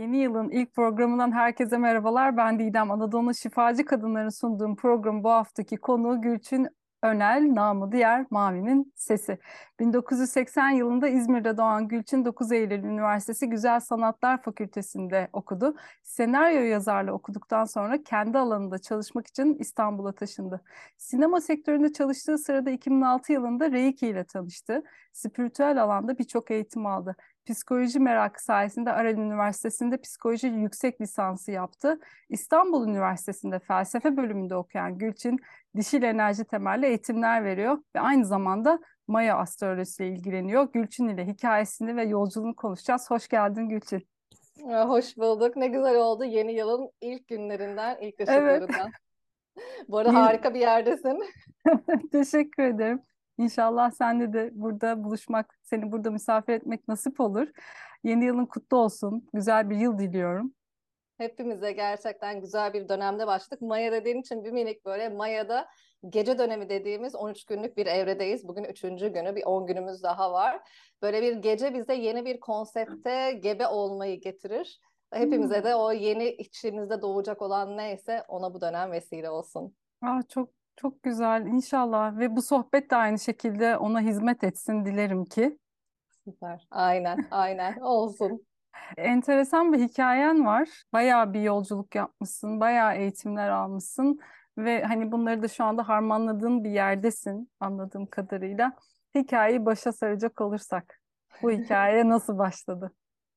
Yeni yılın ilk programından herkese merhabalar. Ben Didem. Anadolu Şifacı Kadınların sunduğum program bu haftaki konuğu Gülçin Önel, namı diğer Mavi'nin Sesi. 1980 yılında İzmir'de doğan Gülçin 9 Eylül Üniversitesi Güzel Sanatlar Fakültesi'nde okudu. Senaryo yazarlığı okuduktan sonra kendi alanında çalışmak için İstanbul'a taşındı. Sinema sektöründe çalıştığı sırada 2006 yılında Reiki ile tanıştı. Spiritüel alanda birçok eğitim aldı. Psikoloji merakı sayesinde Aral Üniversitesi'nde psikoloji yüksek lisansı yaptı. İstanbul Üniversitesi'nde felsefe bölümünde okuyan Gülçin, dişil enerji temelli eğitimler veriyor ve aynı zamanda Maya astrolojisiyle ilgileniyor. Gülçin ile hikayesini ve yolculuğunu konuşacağız. Hoş geldin Gülçin. Hoş bulduk. Ne güzel oldu. Yeni yılın ilk günlerinden, ilk Evet, ışıklarından. Bu arada yeni... harika bir yerdesin. teşekkür ederim. İnşallah senle de burada buluşmak, seni burada misafir etmek nasip olur. Yeni yılın kutlu olsun. Güzel bir yıl diliyorum. Hepimize gerçekten güzel bir dönemde başladık. Maya dediğin için bir minik böyle Maya'da gece dönemi dediğimiz 13 günlük bir evredeyiz. Bugün üçüncü günü, bir 10 günümüz daha var. Böyle bir gece bize yeni bir konsepte gebe olmayı getirir. Hepimize Hmm. de o yeni içimizde doğacak olan neyse ona bu dönem vesile olsun. Çok çok güzel inşallah ve bu sohbet de aynı şekilde ona hizmet etsin dilerim ki. Süper. Aynen, aynen olsun. Enteresan bir hikayen var. Bayağı bir yolculuk yapmışsın, bayağı eğitimler almışsın ve hani bunları da şu anda harmanladığın bir yerdesin anladığım kadarıyla. Hikayeyi başa saracak olursak bu hikaye nasıl başladı?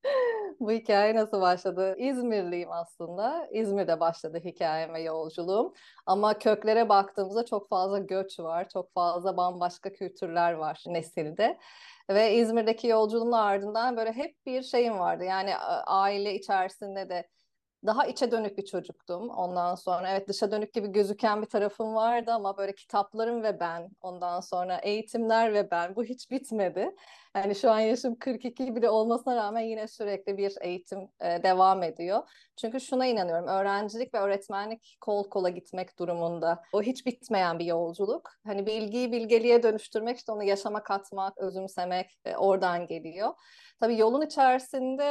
Bu hikaye nasıl başladı? İzmirliyim aslında. İzmir'de başladı hikayem ve yolculuğum. Ama köklere baktığımızda çok fazla göç var. Çok fazla bambaşka kültürler var nesilde. Ve İzmir'deki yolculuğumun ardından böyle hep bir şeyim vardı. Yani aile içerisinde de daha içe dönük bir çocuktum. Ondan sonra evet dışa dönük gibi gözüken bir tarafım vardı ama böyle kitaplarım ve ben, ondan sonra eğitimler ve ben bu hiç bitmedi. Yani şu an yaşım 42 bile olmasına rağmen yine sürekli bir eğitim devam ediyor. Çünkü şuna inanıyorum. Öğrencilik ve öğretmenlik kol kola gitmek durumunda. O hiç bitmeyen bir yolculuk. Hani bilgiyi bilgeliğe dönüştürmek, işte onu yaşama katmak, özümsemek oradan geliyor. Tabii yolun içerisinde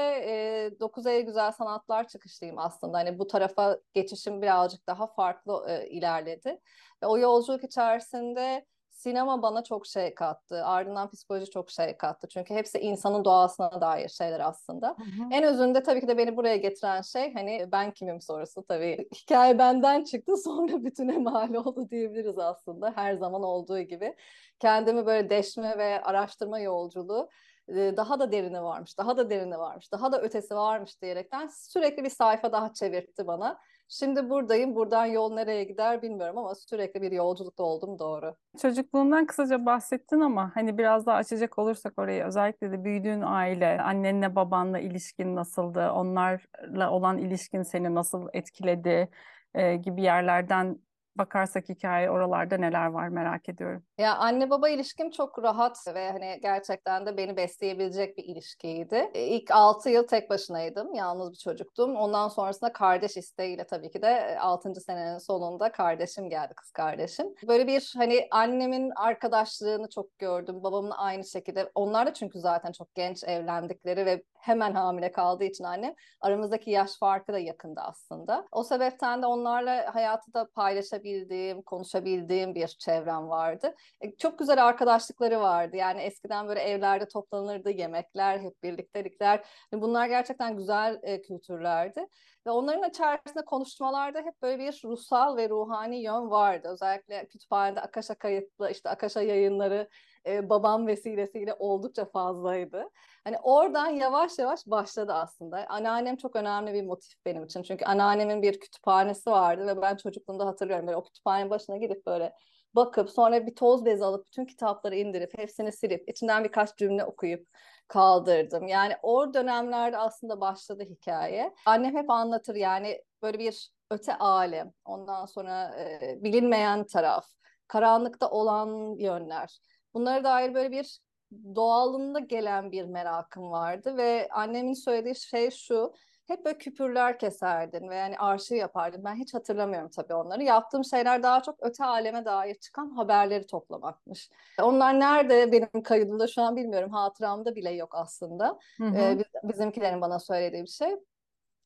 9 Eylül Güzel Sanatlar çıkışlıyım aslında. Hani bu tarafa geçişim birazcık daha farklı ilerledi. Ve o yolculuk içerisinde sinema bana çok şey kattı. Ardından psikoloji çok şey kattı. Çünkü hepsi insanın doğasına dair şeyler aslında. Hı hı. En özünde tabii ki de beni buraya getiren şey hani ben kimim sorusu tabii. Hikaye benden çıktı sonra bütüne mal oldu diyebiliriz aslında. Her zaman olduğu gibi. Kendimi böyle deşme ve araştırma yolculuğu daha da derine varmış, daha da derine varmış, daha da ötesi varmış diyerekten sürekli bir sayfa daha çevirtti bana. Şimdi buradayım, buradan yol nereye gider bilmiyorum ama sürekli bir yolculukta oldum doğru. Çocukluğundan kısaca bahsettin ama hani biraz daha açacak olursak orayı özellikle de büyüdüğün aile, annenle babanla ilişkin nasıldı, onlarla olan ilişkin seni nasıl etkiledi gibi yerlerden bakarsak hikaye oralarda neler var merak ediyorum. Ya anne baba ilişkim çok rahat ve hani gerçekten de beni besleyebilecek bir ilişkiydi. İlk 6 yıl tek başınaydım. Yalnız bir çocuktum. Ondan sonrasında kardeş isteğiyle tabii ki de 6. senenin sonunda kardeşim geldi, kız kardeşim. Böyle bir hani annemin arkadaşlığını çok gördüm. Babamın aynı şekilde. Onlar da çünkü zaten çok genç evlendikleri ve hemen hamile kaldığı için annem aramızdaki yaş farkı da yakındı aslında. O sebepten de onlarla hayatı da paylaşabildiğim, konuşabildiğim bir çevrem vardı. Çok güzel arkadaşlıkları vardı. Yani eskiden böyle evlerde toplanırdı, yemekler, hep birliktelikler. Bunlar gerçekten güzel kültürlerdi. Ve onların içerisinde konuşmalarda hep böyle bir ruhsal ve ruhani yön vardı. Özellikle kütüphanede Akasha kayıtlı, işte Akasha yayınları babam vesilesiyle oldukça fazlaydı. Hani oradan yavaş yavaş başladı aslında. Anneannem çok önemli bir motif benim için. Çünkü anneannemin bir kütüphanesi vardı ve ben çocukluğumda hatırlıyorum. Böyle o kütüphanenin başına gidip böyle bakıp sonra bir toz bezi alıp bütün kitapları indirip hepsini silip içinden birkaç cümle okuyup kaldırdım. Yani o dönemlerde aslında başladı hikaye. Annem hep anlatır yani böyle bir öte alem, ondan sonra bilinmeyen taraf, karanlıkta olan yönler. Bunlara dair böyle bir doğalında gelen bir merakım vardı ve annemin söylediği şey şu: hep böyle küpürler keserdin ve yani arşiv yapardın. Ben hiç hatırlamıyorum tabii onları. Yaptığım şeyler daha çok öte aleme dair çıkan haberleri toplamakmış. Onlar nerede benim kaydımda şu an bilmiyorum. Hatıramda bile yok aslında. Hı hı. Bizimkilerin bana söylediği bir şey.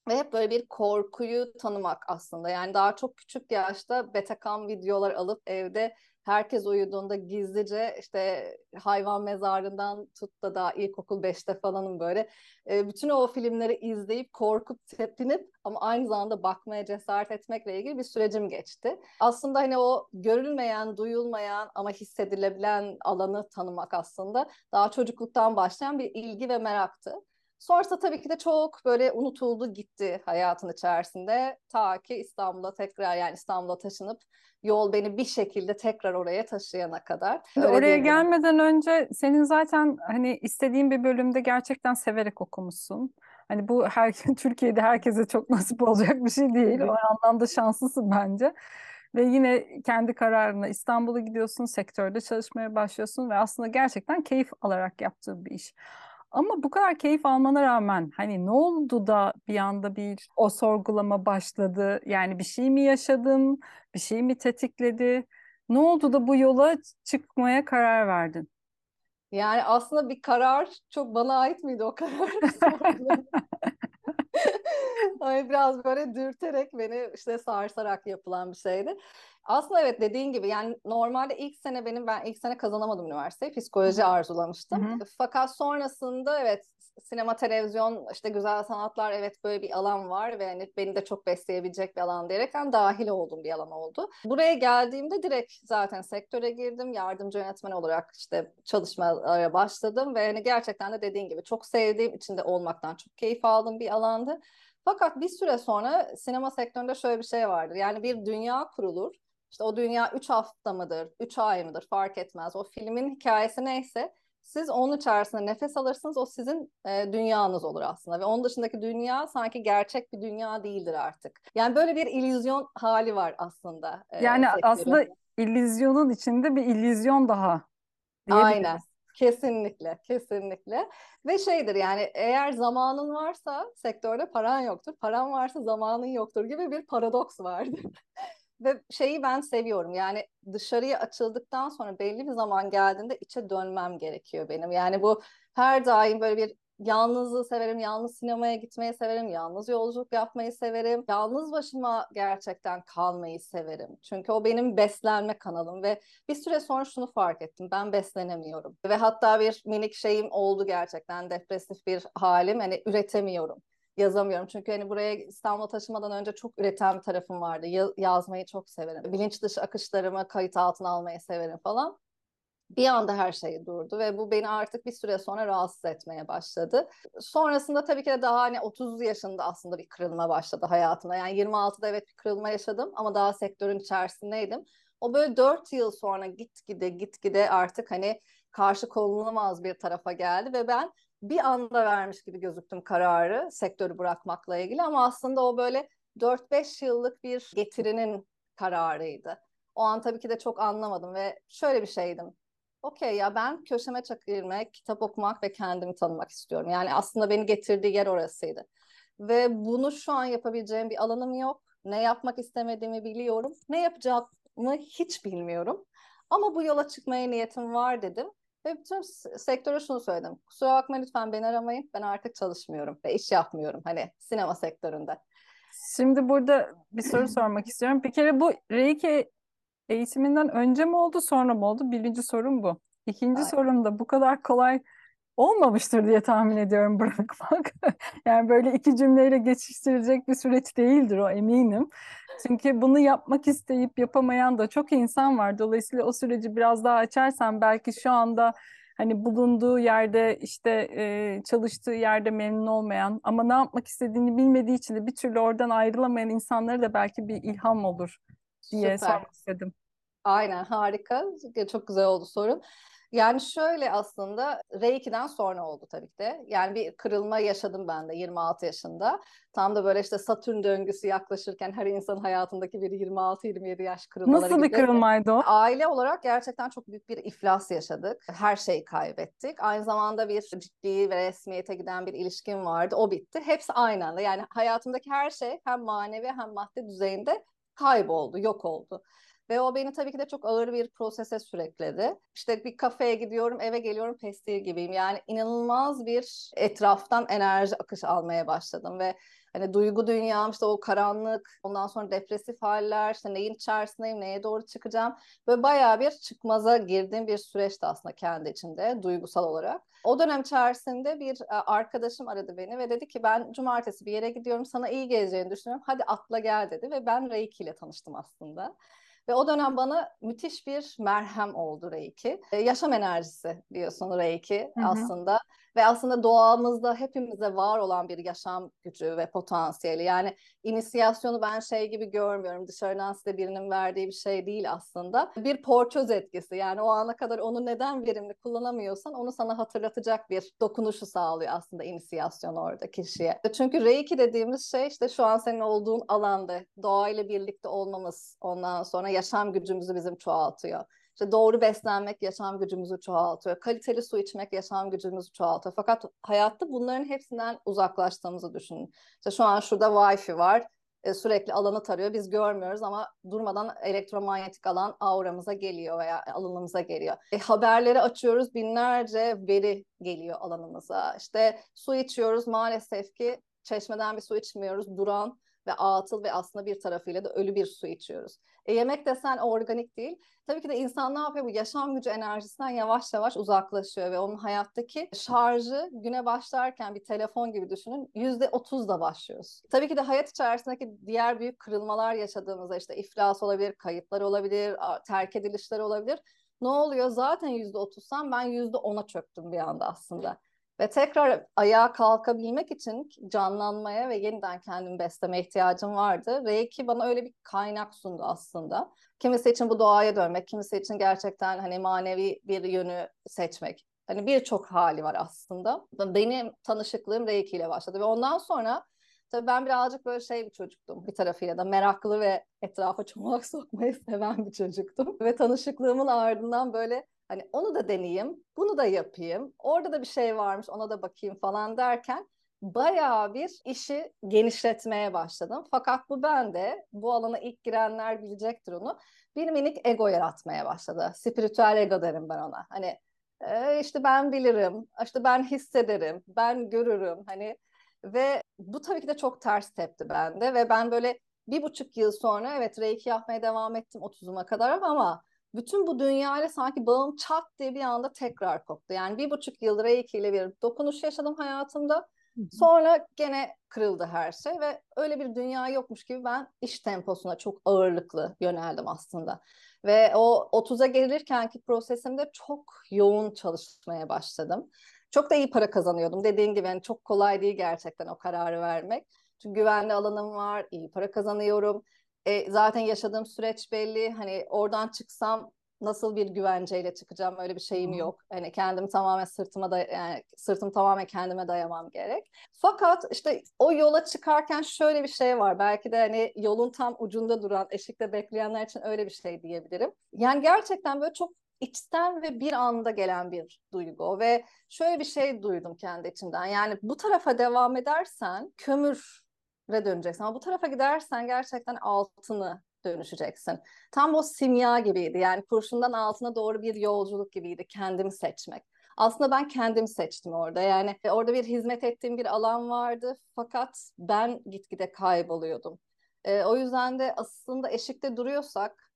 Ve hep böyle bir korkuyu tanımak aslında. Yani daha çok küçük yaşta Betacam videolar alıp evde herkes uyuduğunda gizlice işte hayvan mezarından tut da daha ilkokul 5'te falanım böyle. Bütün o filmleri izleyip korkup tepinip ama aynı zamanda bakmaya cesaret etmekle ilgili bir sürecim geçti. Aslında hani o görülmeyen, duyulmayan ama hissedilebilen alanı tanımak aslında daha çocukluktan başlayan bir ilgi ve meraktı. Sonrasında tabii ki de çok böyle unutuldu gitti hayatın içerisinde. Ta ki İstanbul'a tekrar, yani İstanbul'a taşınıp yol beni bir şekilde tekrar oraya taşıyana kadar. Şimdi Öyle oraya diyebilirim. gelmeden önce senin zaten hani istediğin bir bölümde gerçekten severek okumuşsun. Hani bu her Türkiye'de herkese çok nasip olacak bir şey değil. O Tabii. anlamda şanslısın bence. Ve yine kendi kararına İstanbul'a gidiyorsun, sektörde çalışmaya başlıyorsun ve aslında gerçekten keyif alarak yaptığın bir iş. Ama bu kadar keyif almana rağmen hani ne oldu da bir anda bir o sorgulama başladı? Yani bir şey mi yaşadın, bir şey mi tetikledi? Ne oldu da bu yola çıkmaya karar verdin? Yani aslında bir karar çok bana ait miydi o karar? Sorguladım. Ay, biraz böyle dürterek beni işte sarsarak yapılan bir şeydi. Aslında evet, dediğin gibi yani normalde ben ilk sene kazanamadım üniversiteyi. Hı Psikoloji hı. arzulamıştım. Hı. Fakat sonrasında evet, sinema, televizyon, işte güzel sanatlar, evet böyle bir alan var ve hani beni de çok besleyebilecek bir alan diyerekten dahil olduğum bir alan oldu. Buraya geldiğimde direkt zaten sektöre girdim. Yardımcı yönetmen olarak işte çalışmalara başladım ve hani gerçekten de dediğin gibi çok sevdiğim, içinde olmaktan çok keyif aldığım bir alandı. Fakat bir süre sonra sinema sektöründe şöyle bir şey vardır. Yani bir dünya kurulur. İşte o dünya 3 hafta mıdır, 3 ay mıdır fark etmez. O filmin hikayesi neyse siz onun içerisinde nefes alırsınız. O sizin dünyanız olur aslında. Ve onun dışındaki dünya sanki gerçek bir dünya değildir artık. Yani böyle bir illüzyon hali var aslında Yani aslında sektörün. illüzyonun içinde bir illüzyon daha Aynen. diyebiliriz. Kesinlikle, kesinlikle. Ve şeydir yani, eğer zamanın varsa sektörde paran yoktur. Paran varsa zamanın yoktur gibi bir paradoks vardır. Ve şeyi ben seviyorum. Yani dışarıya açıldıktan sonra belli bir zaman geldiğinde içe dönmem gerekiyor benim. Yani bu her daim böyle bir yalnızlığı severim. Yalnız sinemaya gitmeyi severim. Yalnız yolculuk yapmayı severim. Yalnız başıma gerçekten kalmayı severim. Çünkü o benim beslenme kanalım ve bir süre sonra şunu fark ettim. Ben beslenemiyorum. Ve hatta bir minik şeyim oldu gerçekten. Depresif bir halim. Hani üretemiyorum, yazamıyorum. Çünkü hani buraya İstanbul'a taşımadan önce çok üreten bir tarafım vardı. Yazmayı çok severim. Bilinç dışı akışlarımı kayıt altına almayı severim falan. Bir anda her şey durdu ve bu beni artık bir süre sonra rahatsız etmeye başladı. Sonrasında tabii ki de daha hani 30 yaşında aslında bir kırılma başladı hayatımda. Yani 26'da evet bir kırılma yaşadım ama daha sektörün içerisindeydim. O böyle 4 yıl sonra gitgide artık hani karşı konulamaz bir tarafa geldi ve ben bir anda vermiş gibi gözüktüm kararı sektörü bırakmakla ilgili, ama aslında o böyle 4-5 yıllık bir getirinin kararıydı. O an tabii ki de çok anlamadım ve şöyle bir şeydim. Okey, ya ben köşeme çekilmek, kitap okumak ve kendimi tanımak istiyorum. Yani aslında beni getirdiği yer orasıydı. Ve bunu şu an yapabileceğim bir alanım yok. Ne yapmak istemediğimi biliyorum. Ne yapacağımı hiç bilmiyorum. Ama bu yola çıkmaya niyetim var dedim. Ve bütün sektöre şunu söyledim. Kusura bakma, lütfen beni aramayın. Ben artık çalışmıyorum ve iş yapmıyorum. Hani sinema sektöründe. Şimdi burada bir soru sormak istiyorum. Bir kere bu Reiki eğitiminden önce mi oldu, sonra mı oldu? Birinci sorum bu. İkinci Ay, sorum da bu kadar kolay olmamıştır diye tahmin ediyorum bırakmak. Yani böyle iki cümleyle geçiştirilecek bir süreç değildir o, eminim. Çünkü bunu yapmak isteyip yapamayan da çok insan var. Dolayısıyla o süreci biraz daha açarsan belki şu anda hani bulunduğu yerde işte çalıştığı yerde memnun olmayan ama ne yapmak istediğini bilmediği için de bir türlü oradan ayrılamayan insanlara da belki bir ilham olur diye süper. sormak istedim. Aynen, harika. Çok güzel oldu sorun. Yani şöyle, aslında R2'den sonra oldu tabii ki de. Yani bir kırılma yaşadım ben de 26 yaşında. Tam da böyle işte Satürn döngüsü yaklaşırken her insanın hayatındaki bir 26-27 yaş kırılmaları Nasıl bir gibi. kırılmaydı o? Aile olarak gerçekten çok büyük bir iflas yaşadık. Her şeyi kaybettik. Aynı zamanda bir ciddi ve resmiyete giden bir ilişkim vardı. O bitti. Hepsi aynı anda. Yani hayatımdaki her şey hem manevi hem maddi düzeyinde kayboldu, yok oldu. Ve o beni tabii ki de çok ağır bir prosese sürükledi. İşte bir kafeye gidiyorum, eve geliyorum pestil gibiyim. Yani inanılmaz bir etraftan enerji akışı almaya başladım ve hani duygu dünyam, işte o karanlık, ondan sonra depresif haller, işte neyin içerisindeyim, neye doğru çıkacağım. Böyle bayağı bir çıkmaza girdiğim bir süreçti aslında kendi içinde duygusal olarak. O dönem içerisinde bir arkadaşım aradı beni ve dedi ki ben cumartesi bir yere gidiyorum, sana iyi geleceğini düşünüyorum. Hadi atla gel dedi ve ben Reiki ile tanıştım aslında. Ve o dönem bana müthiş bir merhem oldu Reiki. Yaşam enerjisi diyorsun Reiki Hı hı. aslında. Ve aslında doğamızda hepimize var olan bir yaşam gücü ve potansiyeli. Yani inisiyasyonu ben şey gibi görmüyorum. Dışarıdan size birinin verdiği bir şey değil aslında. Bir porçöz etkisi. Yani o ana kadar onu neden verimli kullanamıyorsan onu sana hatırlatacak bir dokunuşu sağlıyor aslında inisiyasyon orada kişiye. Çünkü Reiki dediğimiz şey işte şu an senin olduğun alanda doğayla birlikte olmamız, ondan sonra yaşam gücümüzü bizim çoğaltıyor. İşte doğru beslenmek yaşam gücümüzü çoğaltıyor. Kaliteli su içmek yaşam gücümüzü çoğaltıyor. Fakat hayatta bunların hepsinden uzaklaştığımızı düşünün. İşte şu an şurada Wi-Fi var. Sürekli alanı tarıyor. Biz görmüyoruz ama durmadan elektromanyetik alan auramıza geliyor veya alanımıza geliyor. Haberleri açıyoruz. Binlerce veri geliyor alanımıza. İşte su içiyoruz. Maalesef ki çeşmeden bir su içmiyoruz. Duran ve atıl ve aslında bir tarafıyla da ölü bir su içiyoruz. Yemek desen organik değil. Tabii ki de insan ne yapıyor? Bu yaşam gücü enerjisinden yavaş yavaş uzaklaşıyor ve onun hayattaki şarjı güne başlarken bir telefon gibi düşünün %30'da başlıyoruz. Tabii ki de hayat içerisindeki diğer büyük kırılmalar yaşadığımızda işte iflas olabilir, kayıplar olabilir, terk edilişler olabilir. Ne oluyor? Zaten %30'sam ben %10'a çöktüm bir anda aslında. Ve tekrar ayağa kalkabilmek için canlanmaya ve yeniden kendimi beslemeye ihtiyacım vardı. Reiki bana öyle bir kaynak sundu aslında. Kimisi için bu doğaya dönmek, kimisi için gerçekten hani manevi bir yönü seçmek. Hani birçok hali var aslında. Benim tanışıklığım Reiki ile başladı ve ondan sonra tabii ben birazcık böyle şey bir çocuktum. Bir tarafıyla da meraklı ve etrafa çomak sokmayı seven bir çocuktum. Ve tanışıklığımın ardından böyle hani onu da deneyeyim, bunu da yapayım. Orada da bir şey varmış, ona da bakayım falan derken bayağı bir işi genişletmeye başladım. Fakat bu bende, bu alana ilk girenler bilecektir onu. Bir minik ego yaratmaya başladı. Spiritüel ego derim ben ona. Hani işte ben bilirim, işte ben hissederim, ben görürüm. Hani ve bu tabii ki de çok ters tepti bende ve ben böyle 1,5 yıl sonra evet Reiki yapmaya devam ettim 30'uma kadar ama bütün bu dünyayla sanki bağım çat diye bir anda tekrar koptu. Yani 1,5 yıl Reiki ile bir dokunuş yaşadım hayatımda. Hı hı. Sonra gene kırıldı her şey ve öyle bir dünya yokmuş gibi ben iş temposuna çok ağırlıklı yöneldim aslında. Ve o 30'a gelirkenki prosesimde çok yoğun çalışmaya başladım. Çok da iyi para kazanıyordum. Dediğin gibi yani çok kolay değil gerçekten o kararı vermek. Çünkü güvenli alanım var, iyi para kazanıyorum. Zaten yaşadığım süreç belli. Hani oradan çıksam nasıl bir güvenceyle çıkacağım öyle bir şeyim Hı. yok. Hani kendimi tamamen yani sırtımı tamamen kendime dayamam gerek. Fakat işte o yola çıkarken şöyle bir şey var. Belki de hani yolun tam ucunda duran, eşikte bekleyenler için öyle bir şey diyebilirim. Yani gerçekten böyle çok içten ve bir anda gelen bir duygu ve şöyle bir şey duydum kendi içimden. Yani bu tarafa devam edersen kömüre döneceksin ama bu tarafa gidersen gerçekten altını dönüşeceksin. Tam o simya gibiydi. Yani kurşundan altına doğru bir yolculuk gibiydi kendimi seçmek. Aslında ben kendimi seçtim orada. Yani orada bir hizmet ettiğim bir alan vardı. Fakat ben gitgide kayboluyordum. O yüzden de aslında eşikte duruyorsak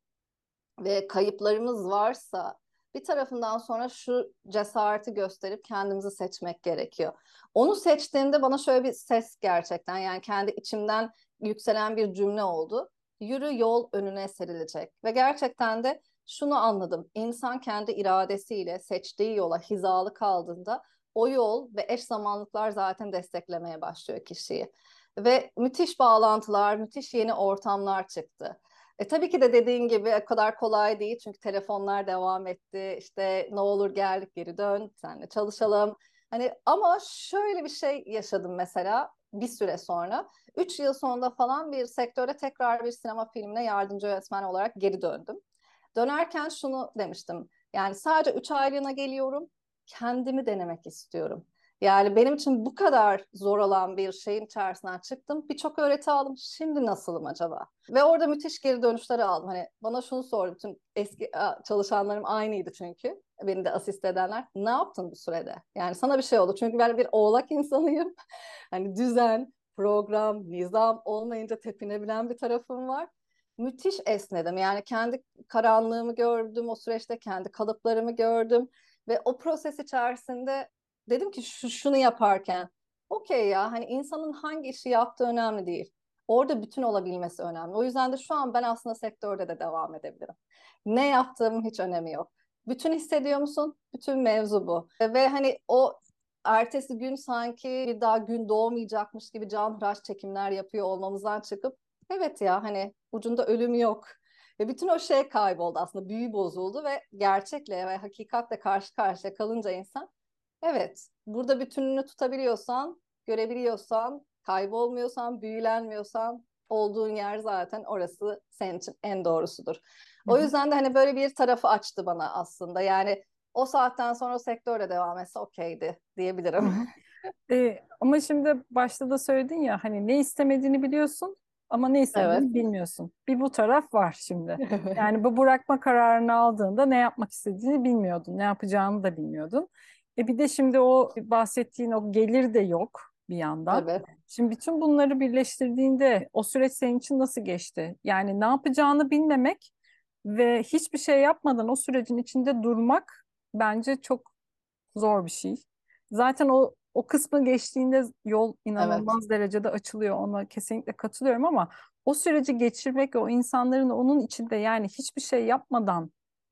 ve kayıplarımız varsa bir tarafından sonra şu cesareti gösterip kendimizi seçmek gerekiyor. Onu seçtiğimde bana şöyle bir ses gerçekten yani kendi içimden yükselen bir cümle oldu. Yürü yol önüne serilecek. Ve gerçekten de şunu anladım. İnsan kendi iradesiyle seçtiği yola hizalı kaldığında o yol ve eş zamanlıklar zaten desteklemeye başlıyor kişiyi. Ve müthiş bağlantılar, müthiş yeni ortamlar çıktı. Tabii ki de dediğin gibi o kadar kolay değil çünkü telefonlar devam etti. İşte ne olur gel geri dön, seninle çalışalım. Hani ama şöyle bir şey yaşadım mesela bir süre sonra. 3 yıl sonunda falan bir sektöre tekrar bir sinema filmine yardımcı yönetmen olarak geri döndüm. Dönerken şunu demiştim. Yani sadece 3 aylığına geliyorum. Kendimi denemek istiyorum. Yani benim için bu kadar zor olan bir şeyin içerisinden çıktım. Birçok öğreti aldım. Şimdi nasılım acaba? Ve orada müthiş geri dönüşler aldım. Hani bana şunu sordu. Bütün eski çalışanlarım aynıydı çünkü. Beni de asist edenler. Ne yaptın bu sürede? Yani sana bir şey oldu. Çünkü ben bir oğlak insanıyım. Hani düzen, program, nizam olmayınca tepinebilen bir tarafım var. Müthiş esnedim. Yani kendi karanlığımı gördüm. O süreçte kendi kalıplarımı gördüm. Ve o proses içerisinde dedim ki şunu yaparken okey ya hani insanın hangi işi yaptığı önemli değil. Orada bütün olabilmesi önemli. O yüzden de şu an ben aslında sektörde de devam edebilirim. Ne yaptığımın hiç önemi yok. Bütün hissediyor musun? Bütün mevzu bu. Ve hani o ertesi gün sanki bir daha gün doğmayacakmış gibi canhıraş çekimler yapıyor olmamızdan çıkıp evet ya hani ucunda ölüm yok. Ve bütün o şey kayboldu aslında büyü bozuldu ve gerçekle ve hakikatle karşı karşıya kalınca insan evet, burada bütününü tutabiliyorsan, görebiliyorsan, kaybolmuyorsan, büyülenmiyorsan olduğun yer zaten orası senin için en doğrusudur. Hı O hı. yüzden de hani böyle bir tarafı açtı bana aslında. Yani o saatten sonra o sektörde devam etse okeydi Hı diyebilirim. hı. Ama şimdi başta da söyledin ya hani ne istemediğini biliyorsun ama ne Evet. istediğini bilmiyorsun. Bir bu taraf var şimdi. Yani bu bırakma kararını aldığında ne yapmak istediğini bilmiyordun, ne yapacağını da bilmiyordun. Bir de şimdi o bahsettiğin o gelir de yok bir yandan. Tabii. Şimdi bütün bunları birleştirdiğinde o süreç senin için nasıl geçti? Yani ne yapacağını bilmemek ve hiçbir şey yapmadan o sürecin içinde durmak bence çok zor bir şey. Zaten o kısmı geçtiğinde yol Evet. inanılmaz derecede açılıyor. Ona kesinlikle katılıyorum ama o süreci geçirmek ve o insanların onun içinde yani hiçbir şey yapmadan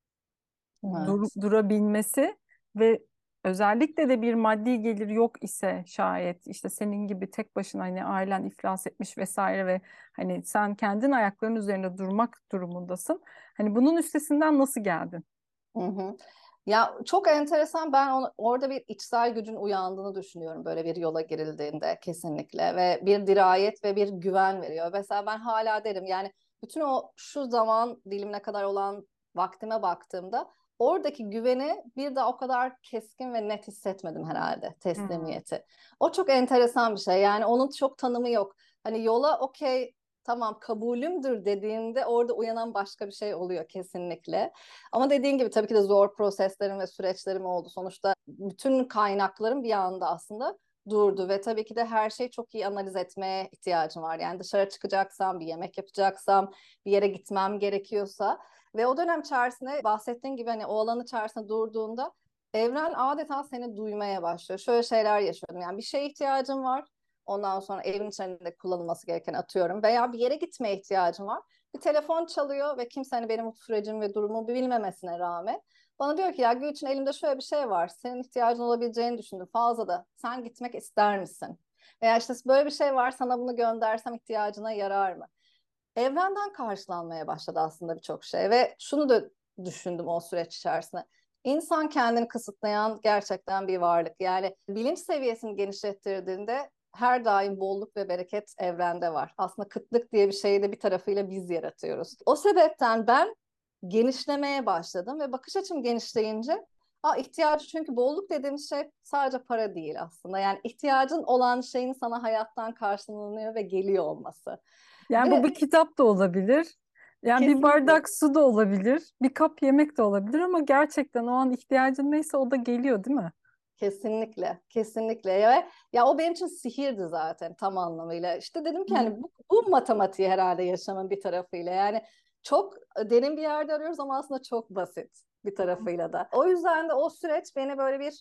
Evet. durabilmesi ve özellikle de bir maddi gelir yok ise şayet işte senin gibi tek başına hani ailen iflas etmiş vesaire ve hani sen kendin ayaklarının üzerinde durmak durumundasın. Hani bunun üstesinden nasıl geldin? Hı hı. Ya çok enteresan ben orada bir içsel gücün uyandığını düşünüyorum böyle bir yola girildiğinde kesinlikle ve bir dirayet ve bir güven veriyor. Mesela ben hala derim yani bütün o şu zaman dilimine kadar olan vaktime baktığımda oradaki güveni bir daha o kadar keskin ve net hissetmedim herhalde Hmm. teslimiyeti. O çok enteresan bir şey yani onun çok tanımı yok. Hani yola okey tamam kabulümdür dediğinde orada uyanan başka bir şey oluyor kesinlikle. Ama dediğin gibi tabii ki de zor proseslerim ve süreçlerim oldu. Sonuçta bütün kaynaklarım bir anda aslında durdu ve tabii ki de her şeyi çok iyi analiz etmeye ihtiyacım var. Yani dışarı çıkacaksam, bir yemek yapacaksam, bir yere gitmem gerekiyorsa ve o dönem içerisinde bahsettiğin gibi hani o alan içerisinde durduğunda evren adeta seni duymaya başlıyor. Şöyle şeyler yaşıyordum. Yani bir şeye ihtiyacım var. Ondan sonra evin içerisinde kullanılması gereken atıyorum veya bir yere gitmeye ihtiyacım var. Bir telefon çalıyor ve kimse hani benim sürecim ve durumumu bilmemesine rağmen bana diyor ki ya Gülçin elimde şöyle bir şey var. Senin ihtiyacın olabileceğini düşündüm fazla da. Sen gitmek ister misin? Veya işte böyle bir şey var sana bunu göndersem ihtiyacına yarar mı? Evrenden karşılanmaya başladı aslında birçok şey ve şunu da düşündüm o süreç içerisinde. İnsan kendini kısıtlayan gerçekten bir varlık. Yani bilinç seviyesini genişlettirdiğinde her daim bolluk ve bereket evrende var. Aslında kıtlık diye bir şeyi de bir tarafıyla biz yaratıyoruz. O sebepten ben genişlemeye başladım ve bakış açım genişleyince ihtiyacı çünkü bolluk dediğimiz şey sadece para değil aslında. Yani ihtiyacın olan şeyin sana hayattan karşılanıyor ve geliyor olması. Yani bu Ve bir kitap da olabilir. Yani bir kesinlikle, bardak su da olabilir. Bir kap yemek de olabilir ama gerçekten o an ihtiyacın neyse o da geliyor, değil mi? kesinlikle, kesinlikle. Ya o benim için sihirdi zaten tam anlamıyla. İşte dedim Hı ki hı. hani bu matematiği herhalde yaşamın bir tarafıyla. Yani çok derin bir yerde arıyoruz ama aslında çok basit bir tarafıyla da. O yüzden de o süreç beni böyle bir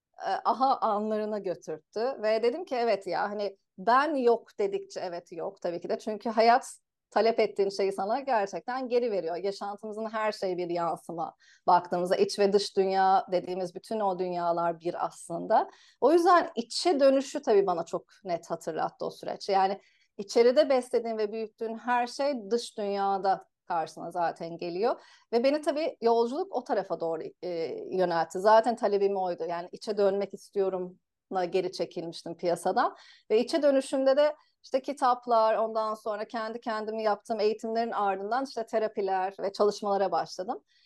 aha anlarına götürttü ve dedim ki evet ya hani ben yok dedikçe evet yok tabii ki de çünkü hayat talep ettiğin şeyi sana gerçekten geri veriyor. Yaşantımızın her şeyi bir yansıma. Baktığımızda iç ve dış dünya dediğimiz bütün o dünyalar bir aslında. O yüzden içe dönüşü tabii bana çok net hatırlattı o süreç. Yani içeride beslediğin ve büyüttüğün her şey dış dünyada karşına zaten geliyor. Ve beni tabii yolculuk o tarafa doğru yöneltti. Zaten talebim oydu. Yani içe dönmek istiyorum geri çekilmiştim piyasadan. Ve içe dönüşümde de işte kitaplar, ondan sonra kendi kendimi yaptığım eğitimlerin ardından işte terapiler ve çalışmalara başladım.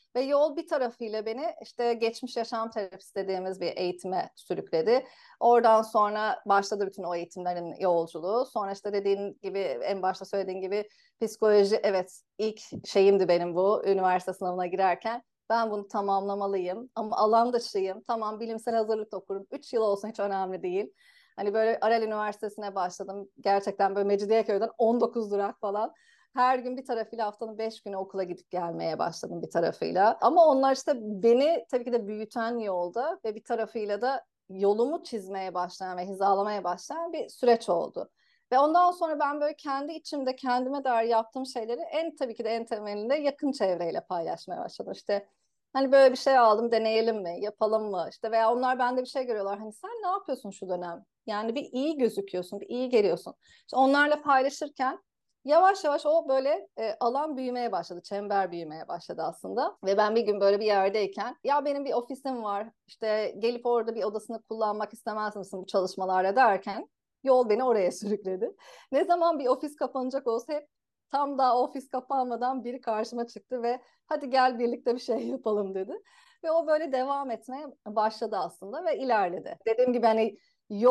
Ve yol bir tarafıyla beni işte geçmiş yaşam terapisi dediğimiz bir eğitime sürükledi. Oradan sonra başladı bütün o eğitimlerin yolculuğu. Sonra işte dediğin gibi, en başta söylediğin gibi, psikoloji, evet, ilk şeyimdi benim bu üniversite sınavına girerken. Ben bunu tamamlamalıyım ama alan dışıyım. Tamam, bilimsel hazırlık okurum. 3 yıl olsun, hiç önemli değil. Hani böyle Arel Üniversitesi'ne başladım. Gerçekten böyle Mecidiyeköy'den 19 durak falan. Her gün bir tarafıyla, haftanın 5 günü okula gidip gelmeye başladım bir tarafıyla. Ama onlar işte beni tabii ki de büyüten yolda ve bir tarafıyla da yolumu çizmeye başlayan ve hizalamaya başlayan bir süreç oldu. Ve ondan sonra ben böyle kendi içimde kendime dair yaptığım şeyleri tabii ki de en temelinde yakın çevreyle paylaşmaya başladım. İşte hani böyle bir şey aldım, deneyelim mi, yapalım mı? İşte veya onlar bende bir şey görüyorlar. Hani sen ne yapıyorsun şu dönem? Yani bir iyi gözüküyorsun, bir iyi geliyorsun. İşte onlarla paylaşırken yavaş yavaş o böyle alan büyümeye başladı, çember büyümeye başladı aslında. Ve ben bir gün böyle bir yerdeyken, ya benim bir ofisim var, işte gelip orada bir odasını kullanmak istemez misin bu çalışmalarla derken, yol beni oraya sürükledi. Ne zaman bir ofis kapanacak olsa hep tam daha ofis kapanmadan biri karşıma çıktı ve hadi gel birlikte bir şey yapalım dedi. Ve o böyle devam etmeye başladı aslında ve ilerledi. Dediğim gibi hani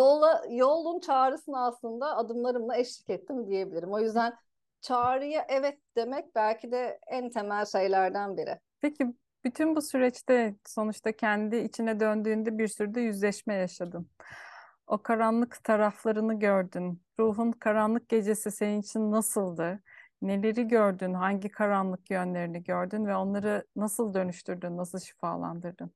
yolun çağrısına aslında adımlarımla eşlik ettim diyebilirim. O yüzden çağrıya evet demek belki de en temel şeylerden biri. Peki bütün bu süreçte sonuçta kendi içine döndüğünde bir sürü de yüzleşme yaşadın. O karanlık taraflarını gördün. Ruhun karanlık gecesi senin için nasıldı? Neleri gördün? Hangi karanlık yönlerini gördün ve onları nasıl dönüştürdün? Nasıl şifalandırdın?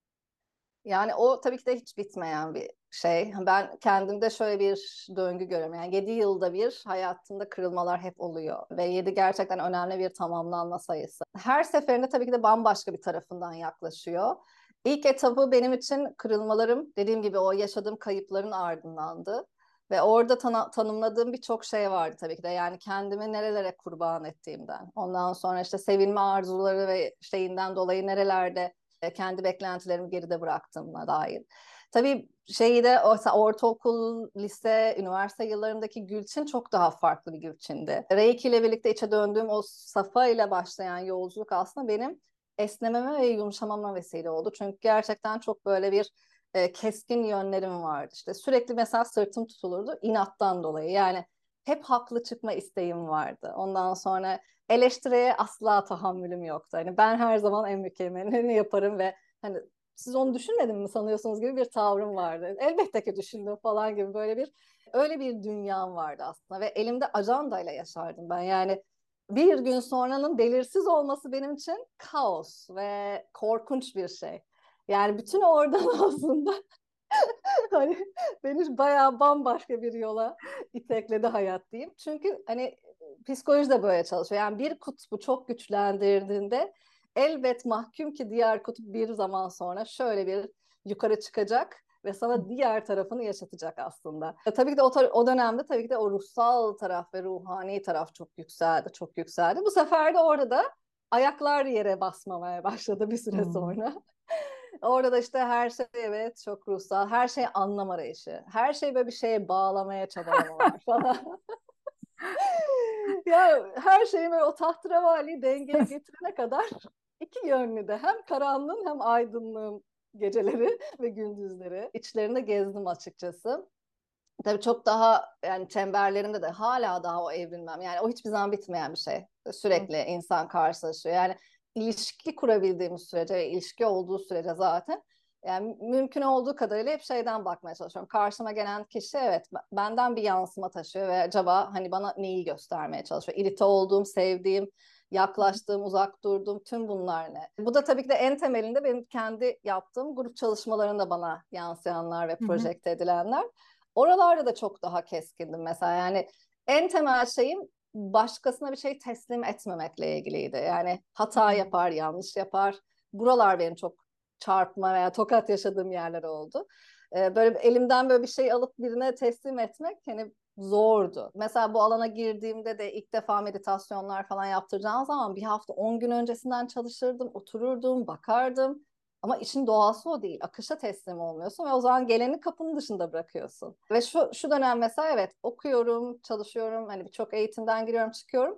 Yani o tabii ki de hiç bitmeyen bir şey. Ben kendimde şöyle bir döngü görüyorum. Yani 7 yılda bir hayatımda kırılmalar hep oluyor. Ve 7 gerçekten önemli bir tamamlanma sayısı. Her seferinde tabii ki de bambaşka bir tarafından yaklaşıyor. İlk etabı benim için kırılmalarım, dediğim gibi, o yaşadığım kayıpların ardındandı. Ve orada tanımladığım birçok şey vardı tabii ki de. Yani kendimi nerelere kurban ettiğimden. Ondan sonra işte sevilme arzuları ve şeyinden dolayı nerelerde kendi beklentilerimi geride bıraktığıma dair. Tabii şeyi de ortaokul, lise, üniversite yıllarındaki Gülçin çok daha farklı bir Gülçin'di. Reiki ile birlikte içe döndüğüm o Safa ile başlayan yolculuk aslında benim esnememe ve yumuşamama vesile oldu. Çünkü gerçekten çok böyle bir keskin yönlerim vardı. İşte sürekli mesela sırtım tutulurdu inattan dolayı. Yani hep haklı çıkma isteğim vardı. Ondan sonra eleştiriye asla tahammülüm yoktu. Hani ben her zaman en mükemmelini yaparım ve hani siz onu düşünmedin mi sanıyorsunuz gibi bir tavrım vardı. Elbette ki düşündüm falan gibi, böyle bir öyle bir dünyam vardı aslında ve elimde ajandayla yaşardım ben. Yani bir gün sonranın belirsiz olması benim için kaos ve korkunç bir şey. Yani bütün oradan aslında hani beni bayağı bambaşka bir yola itekledi hayat diyeyim. Çünkü hani psikoloji de böyle çalışıyor. Yani bir kutbu çok güçlendirdiğinde elbet mahkum ki diğer kutup bir zaman sonra şöyle bir yukarı çıkacak ve sana diğer tarafını yaşatacak aslında. Tabii ki de o dönemde tabii ki de o ruhsal taraf ve ruhani taraf çok yükseldi, çok yükseldi. Bu sefer de orada da ayaklar yere basmamaya başladı bir süre Hmm. sonra. Orada da işte her şey, evet, çok ruhsal. Her şey anlam arayışı. Her şey böyle bir şeye bağlamaya çabalamalar falan. Ya her şeyi böyle o tahterevalliyi dengeye getirene kadar iki yönlü de, hem karanlığın hem aydınlığın geceleri ve gündüzleri içlerinde gezdim açıkçası. Tabii çok daha, yani çemberlerinde de hala daha o evrilmem. Yani o hiçbir zaman bitmeyen bir şey. Sürekli insan karşılaşıyor. Yani ilişki kurabildiğimiz sürece ve ilişki olduğu sürece zaten, yani mümkün olduğu kadarıyla hep şeyden bakmaya çalışıyorum. Karşıma gelen kişi evet benden bir yansıma taşıyor ve acaba hani bana neyi göstermeye çalışıyor? İrite olduğum, sevdiğim, yaklaştığım, uzak durduğum tüm bunlar ne? Bu da tabii ki de en temelinde benim kendi yaptığım grup çalışmalarında bana yansıyanlar ve Hı hı. projekte edilenler. Oralarda da çok daha keskindim mesela. Yani en temel şeyim başkasına bir şey teslim etmemekle ilgiliydi. Yani hata Hmm. yapar, yanlış yapar. Buralar benim çok çarpma veya tokat yaşadığım yerler oldu. Böyle elimden böyle bir şey alıp birine teslim etmek hani zordu. Mesela bu alana girdiğimde de ilk defa meditasyonlar falan yaptıracağım zaman bir hafta 10 gün öncesinden çalışırdım, otururdum, bakardım. Ama işin doğası o değil. Akışa teslim olmuyorsun ve o zaman geleni kapının dışında bırakıyorsun. Ve şu dönem mesela evet okuyorum, çalışıyorum. Hani birçok eğitimden giriyorum, çıkıyorum.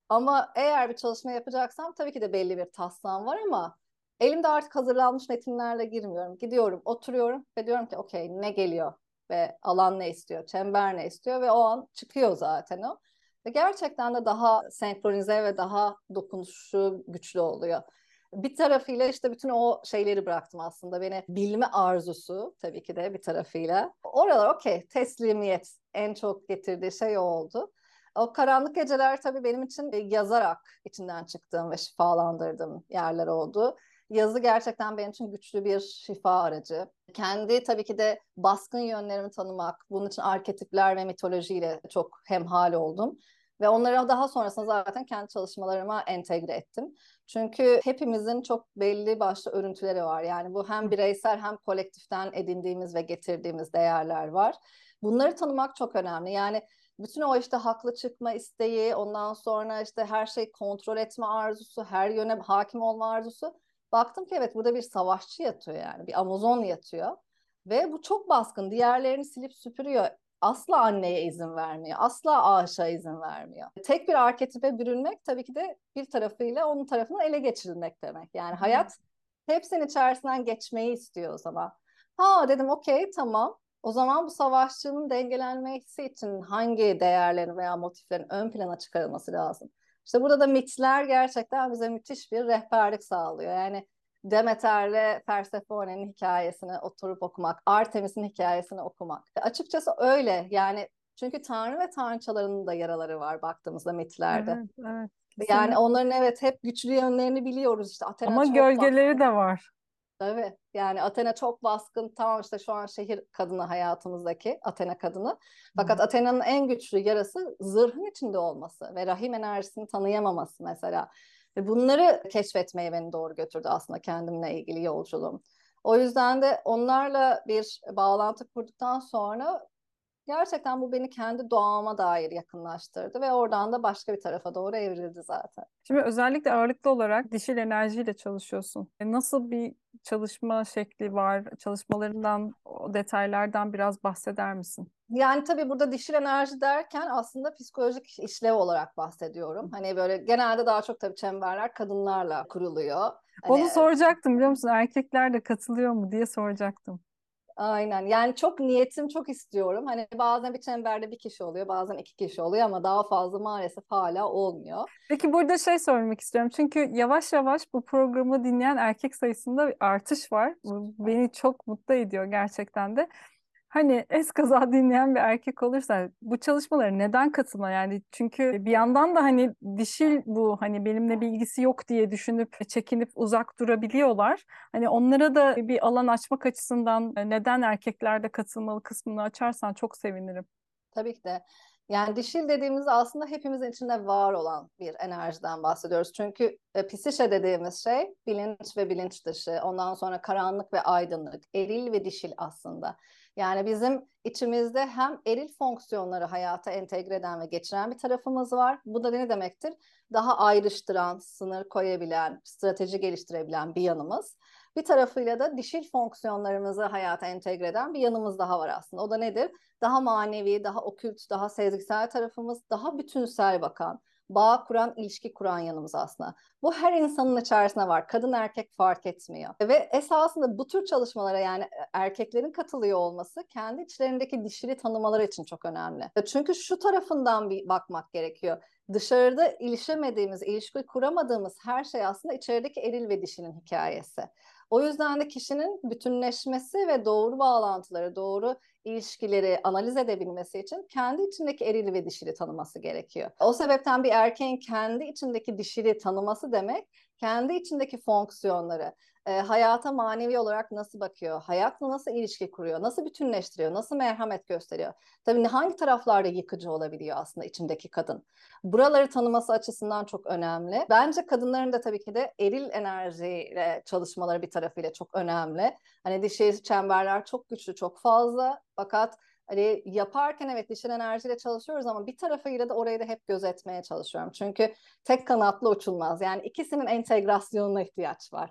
Ama eğer bir çalışma yapacaksam tabii ki de belli bir taslağım var ama elimde artık hazırlanmış metinlerle girmiyorum. Gidiyorum, oturuyorum ve diyorum ki okey ne geliyor ve alan ne istiyor, çember ne istiyor ve o an çıkıyor zaten o. Ve gerçekten de daha senkronize ve daha dokunuşu güçlü oluyor. Bir tarafıyla işte bütün o şeyleri bıraktım aslında. Beni bilme arzusu tabii ki de bir tarafıyla. Oralar okey, teslimiyet en çok getirdiği şey o oldu. O karanlık geceler tabii benim için yazarak içinden çıktığım ve şifalandırdığım yerler oldu. Yazı gerçekten benim için güçlü bir şifa aracı. Kendi tabii ki de baskın yönlerimi tanımak, bunun için arketipler ve mitolojiyle çok hemhal oldum. Ve onları daha sonrasında zaten kendi çalışmalarıma entegre ettim. Çünkü hepimizin çok belli başlı örüntüleri var. Yani bu hem bireysel hem kolektiften edindiğimiz ve getirdiğimiz değerler var. Bunları tanımak çok önemli. Yani bütün o işte haklı çıkma isteği, ondan sonra işte her şeyi kontrol etme arzusu, her yöne hakim olma arzusu. Baktım ki evet burada bir savaşçı yatıyor yani, bir Amazon yatıyor. Ve bu çok baskın, diğerlerini silip süpürüyor. Asla anneye izin vermiyor, asla aşağı izin vermiyor. Tek bir arketipe bürünmek tabii ki de bir tarafıyla onun tarafını ele geçirilmek demek. Yani hayat hepsinin içerisinden geçmeyi istiyor o zaman. Ha dedim okey tamam. O zaman bu savaşçının dengelenmesi için hangi değerlerin veya motiflerin ön plana çıkarılması lazım? İşte burada da mitler gerçekten bize müthiş bir rehberlik sağlıyor. Yani Demeter'le Persephone'nin hikayesini oturup okumak, Artemis'in hikayesini okumak. Açıkçası öyle yani çünkü tanrı ve tanrıçaların da yaraları var baktığımızda mitlerde. Evet, evet, Yani kesinlikle. onların evet hep güçlü yönlerini biliyoruz. İşte Athena Ama çok gölgeleri baskın. de var. Tabii yani Athena çok baskın. Tamam işte şu an şehir kadını hayatımızdaki Athena kadını. Hı Fakat hı. Athena'nın en güçlü yarası zırhın içinde olması ve rahim enerjisini tanıyamaması mesela. Ve bunları keşfetmeye beni doğru götürdü aslında kendimle ilgili yolculuğum. O yüzden de onlarla bir bağlantı kurduktan sonra gerçekten bu beni kendi doğama dair yakınlaştırdı ve oradan da başka bir tarafa doğru evrildi zaten. Şimdi özellikle ağırlıklı olarak dişil enerjiyle çalışıyorsun. Nasıl bir çalışma şekli var? Çalışmalarından, o detaylardan biraz bahseder misin? Yani tabii burada dişil enerji derken aslında psikolojik işlev olarak bahsediyorum. Hani böyle genelde daha çok tabii çemberler kadınlarla kuruluyor. Hani Onu soracaktım biliyor musun? Erkekler de katılıyor mu diye soracaktım. aynen yani çok niyetim çok istiyorum. Hani bazen bir çemberde bir kişi oluyor bazen iki kişi oluyor ama daha fazla maalesef hala olmuyor. Peki burada şey sormak istiyorum. Çünkü yavaş yavaş bu programı dinleyen erkek sayısında bir artış var. Bu beni çok mutlu ediyor gerçekten de. Hani eskaza dinleyen bir erkek olursa bu çalışmalara neden katılma yani? Çünkü bir yandan da hani dişil bu hani benimle bir ilgisi yok diye düşünüp çekinip uzak durabiliyorlar. Hani onlara da bir alan açmak açısından neden erkekler de katılmalı kısmını açarsan çok sevinirim. Tabii ki de. Yani dişil dediğimizde aslında hepimizin içinde var olan bir enerjiden bahsediyoruz. Çünkü psişe dediğimiz şey bilinç ve bilinç dışı, ondan sonra karanlık ve aydınlık, eril ve dişil aslında. Yani bizim içimizde hem eril fonksiyonları hayata entegre eden ve geçiren bir tarafımız var. Bu da ne demektir? Daha ayrıştıran, sınır koyabilen, strateji geliştirebilen bir yanımız. Bir tarafıyla da dişil fonksiyonlarımızı hayata entegre eden bir yanımız daha var aslında. O da nedir? Daha manevi, daha okült, daha sezgisel tarafımız, daha bütünsel bakan, bağ kuran, ilişki kuran yanımız aslında. Bu her insanın içerisinde var. Kadın erkek fark etmiyor. Ve esasında bu tür çalışmalara yani erkeklerin katılıyor olması kendi içlerindeki dişili tanımaları için çok önemli. Çünkü şu tarafından bir bakmak gerekiyor. Dışarıda ilişemediğimiz, ilişki kuramadığımız her şey aslında içerideki eril ve dişinin hikayesi. O yüzden de kişinin bütünleşmesi ve doğru bağlantıları, doğru ilişkileri analiz edebilmesi için kendi içindeki erili ve dişili tanıması gerekiyor. O sebepten bir erkeğin kendi içindeki dişili tanıması demek, kendi içindeki fonksiyonları, hayata manevi olarak nasıl bakıyor, hayatla nasıl ilişki kuruyor, nasıl bütünleştiriyor, nasıl merhamet gösteriyor. Tabii hangi taraflarda yıkıcı olabiliyor aslında içindeki kadın. Buraları tanıması açısından çok önemli. Bence kadınların da tabii ki de eril enerjiyle çalışmaları bir tarafıyla çok önemli. Hani dişil çemberler çok güçlü, çok fazla. Fakat hani yaparken evet dişil enerjiyle çalışıyoruz ama bir tarafıyla da orayı da hep gözetmeye çalışıyorum. Çünkü tek kanatlı uçulmaz. Yani ikisinin entegrasyonuna ihtiyaç var.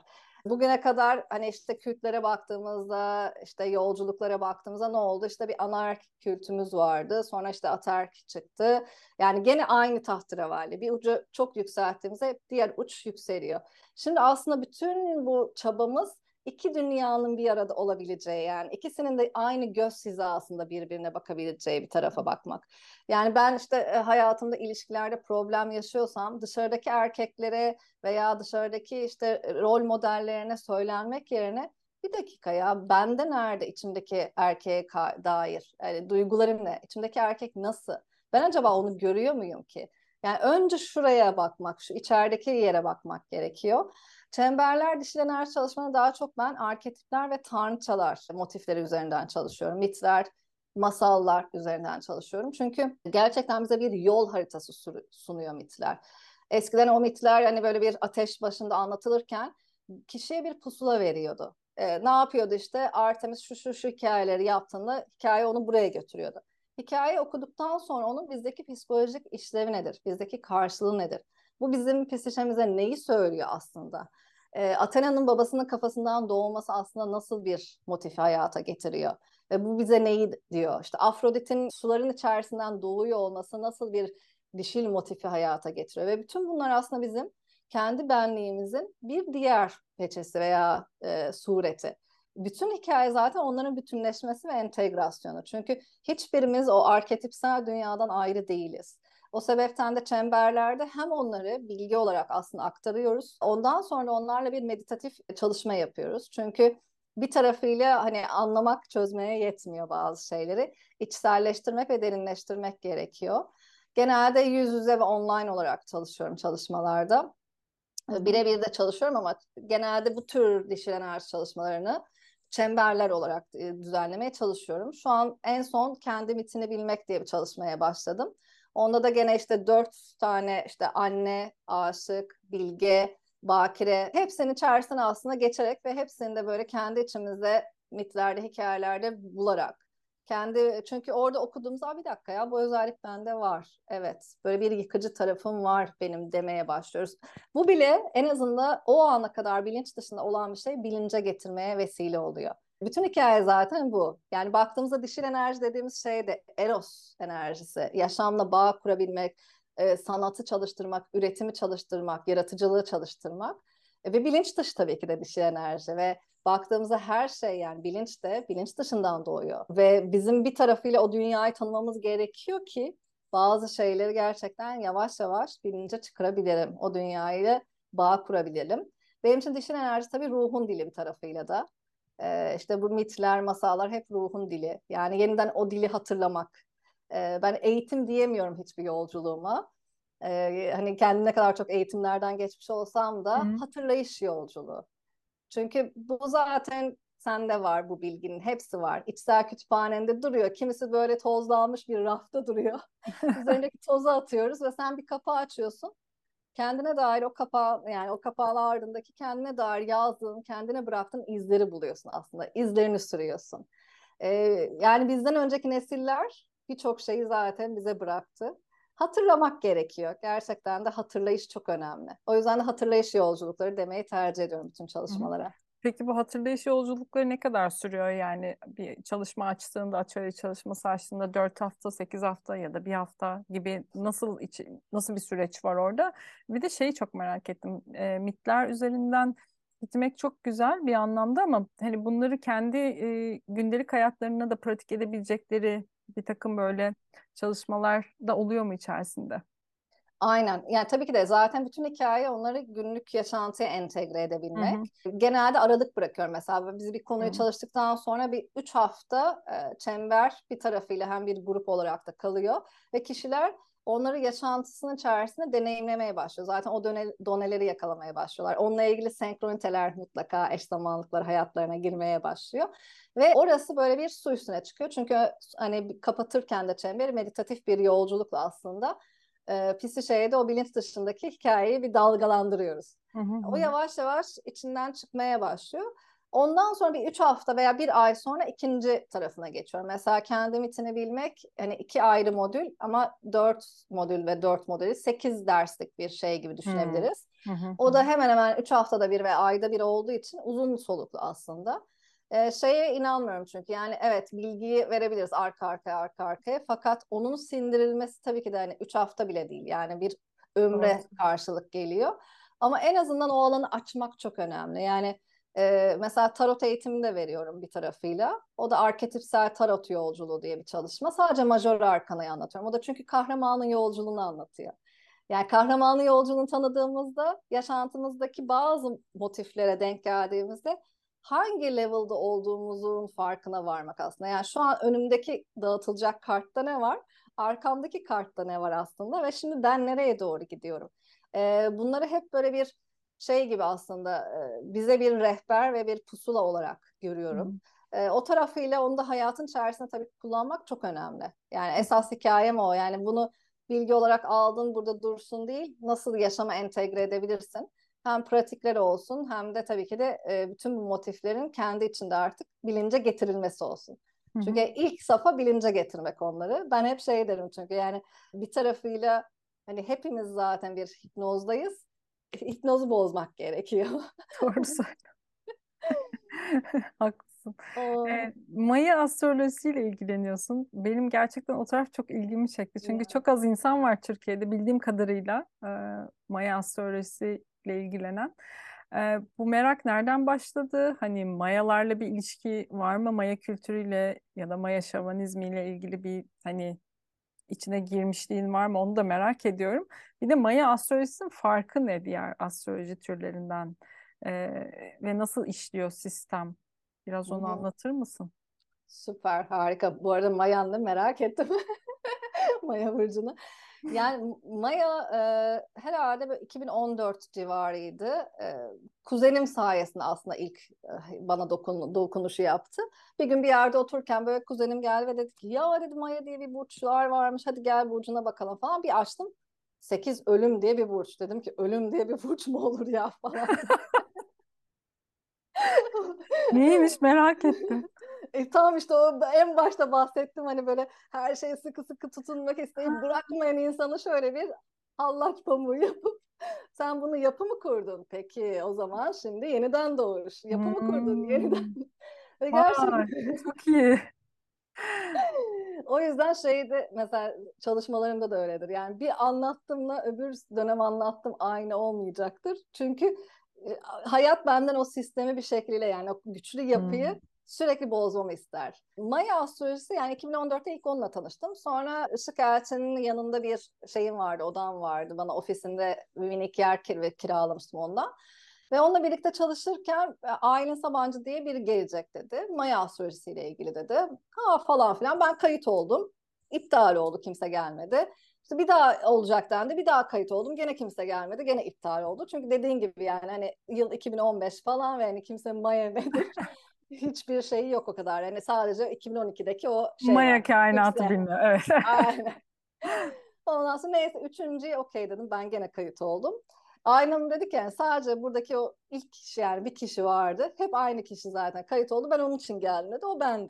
Bugüne kadar hani işte kültlere baktığımızda, işte yolculuklara baktığımızda ne oldu? İşte bir anaerkil kültümüz vardı. Sonra işte ataerkil çıktı. Yani gene aynı tahterevalli. Bir ucu çok yükselttiğimizde diğer uç yükseliyor. Şimdi aslında bütün bu çabamız iki dünyanın bir arada olabileceği, yani ikisinin de aynı göz hizasında birbirine bakabileceği bir tarafa bakmak. Yani ben işte hayatımda ilişkilerde problem yaşıyorsam dışarıdaki erkeklere veya dışarıdaki işte rol modellerine söylenmek yerine bir dakika ya, bende nerede içimdeki erkeğe dair yani duygularım ne? İçimdeki erkek nasıl? Ben acaba onu görüyor muyum ki? Yani önce şuraya bakmak, şu içerideki yere bakmak gerekiyor. Çemberler dişil enerji çalışmanı daha çok ben arketipler ve tanrıçalar motifleri üzerinden çalışıyorum. Mitler, masallar üzerinden çalışıyorum. Çünkü gerçekten bize bir yol haritası sunuyor mitler. Eskiden o mitler hani böyle bir ateş başında anlatılırken kişiye bir pusula veriyordu. Ne yapıyordu işte? Artemis şu hikayeleri yaptığında hikaye onu buraya götürüyordu. Hikayeyi okuduktan sonra onun bizdeki psikolojik işlevi nedir? Bizdeki karşılığı nedir? Bu bizim psikemize neyi söylüyor aslında? Athena'nın babasının kafasından doğması aslında nasıl bir motifi hayata getiriyor? Ve bu bize neyi diyor? İşte Afrodit'in suların içerisinden doğuyor olması nasıl bir dişil motifi hayata getiriyor? Ve bütün bunlar aslında bizim kendi benliğimizin bir diğer peçesi veya sureti. Bütün hikaye zaten onların bütünleşmesi ve entegrasyonu. Çünkü hiçbirimiz o arketipsel dünyadan ayrı değiliz. O sebepten de çemberlerde hem onları bilgi olarak aslında aktarıyoruz. Ondan sonra onlarla bir meditatif çalışma yapıyoruz. Çünkü bir tarafıyla hani anlamak, çözmeye yetmiyor bazı şeyleri. İçselleştirmek ve derinleştirmek gerekiyor. Genelde yüz yüze ve online olarak çalışıyorum çalışmalarda. Hı hı. Birebir de çalışıyorum ama genelde bu tür dişil enerji çalışmalarını çemberler olarak düzenlemeye çalışıyorum. Şu an en son kendi mitini bilmek diye bir çalışmaya başladım. Onda da gene işte 4 tane işte anne, aşık, bilge, bakire hepsinin içerisine aslında geçerek ve hepsini de böyle kendi içimizde mitlerde, hikayelerde bularak çünkü orada okuduğumuz bir dakika ya, bu özellik bende var. Evet, böyle bir yıkıcı tarafım var benim demeye başlıyoruz. Bu bile en azından o ana kadar bilinç dışında olan bir şey bilince getirmeye vesile oluyor. Bütün hikaye zaten bu. Yani baktığımızda dişil enerji dediğimiz şey de eros enerjisi. Yaşamla bağ kurabilmek, sanatı çalıştırmak, üretimi çalıştırmak, yaratıcılığı çalıştırmak. Ve bilinç dışı tabii ki de dişil enerji ve baktığımızda her şey, yani bilinç de bilinç dışından doğuyor. Ve bizim bir tarafıyla o dünyayı tanımamız gerekiyor ki bazı şeyleri gerçekten yavaş yavaş bilince çıkarabilirim. O dünyayla bağ kurabilelim. Benim için dişil enerji tabii ruhun dili bir tarafıyla da. İşte bu mitler, masallar hep ruhun dili. Yani yeniden o dili hatırlamak. Ben eğitim diyemiyorum hiçbir yolculuğuma. Hani kendine kadar çok eğitimlerden geçmiş olsam Hı da hı. hatırlayış yolculuğu. Çünkü bu zaten sende var, bu bilginin hepsi var. İçsel kütüphanende duruyor. Kimisi böyle tozlanmış bir rafta duruyor. Üzerindeki tozu atıyoruz ve sen bir kapağı açıyorsun. Kendine dair o kapağı, yani o kapağın ardındaki kendine dair yazdığın, kendine bıraktığın izleri buluyorsun aslında. İzlerini sürüyorsun. Ee, Yani bizden önceki nesiller birçok şeyi zaten bize bıraktı. Hatırlamak gerekiyor. Gerçekten de hatırlayış çok önemli. O yüzden de hatırlayış yolculukları demeyi tercih ediyorum bütün Hı hı. çalışmalara. Peki bu hatırlayış yolculukları ne kadar sürüyor? Yani bir çalışma açtığında, atölye çalışması açtığında 4 hafta, 8 hafta ya da bir hafta gibi nasıl bir süreç var orada? Bir de şeyi çok merak ettim. Mitler üzerinden gitmek çok güzel bir anlamda ama hani bunları kendi gündelik hayatlarına da pratik edebilecekleri bir takım böyle çalışmalar da oluyor mu içerisinde? Aynen. Yani tabii ki de zaten bütün hikaye onları günlük yaşantıya entegre Hı edebilmek. hı. Genelde aralık bırakıyorum mesela. Biz bir konuyu Hı çalıştıktan sonra bir 3 hafta çember bir tarafıyla hem bir grup olarak da kalıyor. Ve kişiler onları yaşantısının içerisinde deneyimlemeye başlıyor. Zaten o doneleri yakalamaya başlıyorlar. Onunla ilgili senkroniteler, mutlaka eş zamanlıklar hayatlarına girmeye başlıyor. Ve orası böyle bir su üstüne çıkıyor. Çünkü hani kapatırken de çemberi meditatif bir yolculukla aslında pisi şeye de o bilinç dışındaki hikayeyi bir dalgalandırıyoruz. hı hı. O Hı. yavaş yavaş içinden çıkmaya başlıyor. Ondan sonra bir 3 hafta veya bir ay sonra ikinci tarafına geçiyorum. Mesela kendi mitini bilmek, hani 2 ayrı modül ama 4 modül ve 4 modülü 8 derslik bir şey gibi Hı düşünebiliriz. hı hı. O da hemen hemen 3 haftada bir ve ayda bir olduğu için uzun soluklu aslında. Şeye inanmıyorum çünkü yani evet bilgiyi verebiliriz arka arkaya arka arkaya fakat onun sindirilmesi tabii ki de hani 3 hafta bile değil yani bir Doğru. ömre karşılık geliyor. Ama en azından o alanı açmak çok önemli. Yani mesela tarot eğitimi de veriyorum bir tarafıyla. O da arketipsel tarot yolculuğu diye bir çalışma. Sadece majör arkanayı anlatıyorum. O da çünkü kahramanın yolculuğunu anlatıyor. Yani kahramanın yolculuğunu tanıdığımızda yaşantımızdaki bazı motiflere denk geldiğimizde hangi level'da olduğumuzun farkına varmak aslında. Yani şu an önümdeki dağıtılacak kartta ne var? Arkamdaki kartta ne var aslında ve şimdi ben nereye doğru gidiyorum? Bunları hep böyle bir şey gibi aslında bize bir rehber ve bir pusula olarak Hı hı. görüyorum. O tarafıyla onu da hayatın içerisinde tabii kullanmak çok önemli. Yani esas hikayem o. Yani bunu bilgi olarak aldın burada dursun değil, nasıl yaşama entegre edebilirsin? Hem pratikleri olsun hem de tabii ki de bütün bu motiflerin kendi içinde artık bilince getirilmesi olsun. Hı Çünkü hı. ilk safa bilince getirmek onları. Ben hep şey derim çünkü yani bir tarafıyla hani hepimiz zaten bir hipnozdayız. Hipnozu bozmak gerekiyor. Doğru söylüyorsun. Haklısın. O, Maya astrolojisiyle ilgileniyorsun. Benim gerçekten o taraf çok ilgimi çekti. Çünkü ya. çok az insan var Türkiye'de bildiğim kadarıyla Maya astrolojisiyle ilgilenen. Bu merak nereden başladı? Hani Mayalarla bir ilişki var mı? Maya kültürüyle ya da Maya şamanizmiyle ilgili bir hani içine girmişliğin var mı? Onu da merak ediyorum. Bir de Maya astrolojisinin farkı ne diğer astroloji türlerinden? Ve nasıl işliyor sistem? Biraz Hı onu hı. anlatır mısın? Süper, harika. Bu arada Mayan da merak ettim. Maya burcunu. Yani Maya herhalde böyle 2014 civarıydı. Kuzenim sayesinde aslında ilk bana dokunuşu yaptı. Bir gün bir yerde otururken böyle kuzenim geldi ve dedi ki ya dedi Maya diye bir burçlar varmış hadi gel burcuna bakalım falan. Bir açtım 8 ölüm diye bir burç. Dedim ki ölüm diye bir burç mu olur ya falan. Neymiş merak ettim. Tam işte o en başta bahsettim hani böyle her şeye sıkı sıkı tutunmak isteyip Ha, bırakmayan insanı şöyle bir hallaç pamuğu yapıp sen bunu yapı mı kurdun? Peki o zaman şimdi yeniden doğuş. Yapı mı kurdun yeniden? hmm, Ve vay, gerçekten çok iyi. o yüzden şeyde mesela çalışmalarımda da öyledir. Yani bir anlattımla öbür dönem anlattım aynı olmayacaktır. Çünkü hayat benden o sistemi bir şekilde yani o güçlü Hmm. yapıyı sürekli bozmamı ister. Maya astrolojisi yani 2014'te ilk onunla tanıştım. Sonra Işık Elçi'nin yanında bir şeyim vardı, odam vardı. Bana ofisinde bir minik yer kiralamıştım ondan. Ve onunla birlikte çalışırken Aylin Sabancı diye biri gelecek dedi. Maya astrolojisiyle ilgili dedi. Ha falan filan. Ben kayıt oldum. İptal oldu. Kimse gelmedi. İşte bir daha olacak dendi. Bir daha kayıt oldum. Gene kimse gelmedi. Gene iptal oldu. Çünkü dediğin gibi yani hani yıl 2015 falan ve hani kimse Maya nedir? Hiçbir şeyi yok o kadar. Yani sadece 2012'deki o şey Maya var. kainatı Yükselen. bilmiyor. Evet. Aynen. Ondan sonra neyse üçüncüye okey dedim. Ben gene kayıt oldum. Aynım dedi ki yani sadece buradaki o ilk kişi yani bir kişi vardı. Hep aynı kişi zaten kayıt oldu. Ben onun için geldim dedi. O bendim.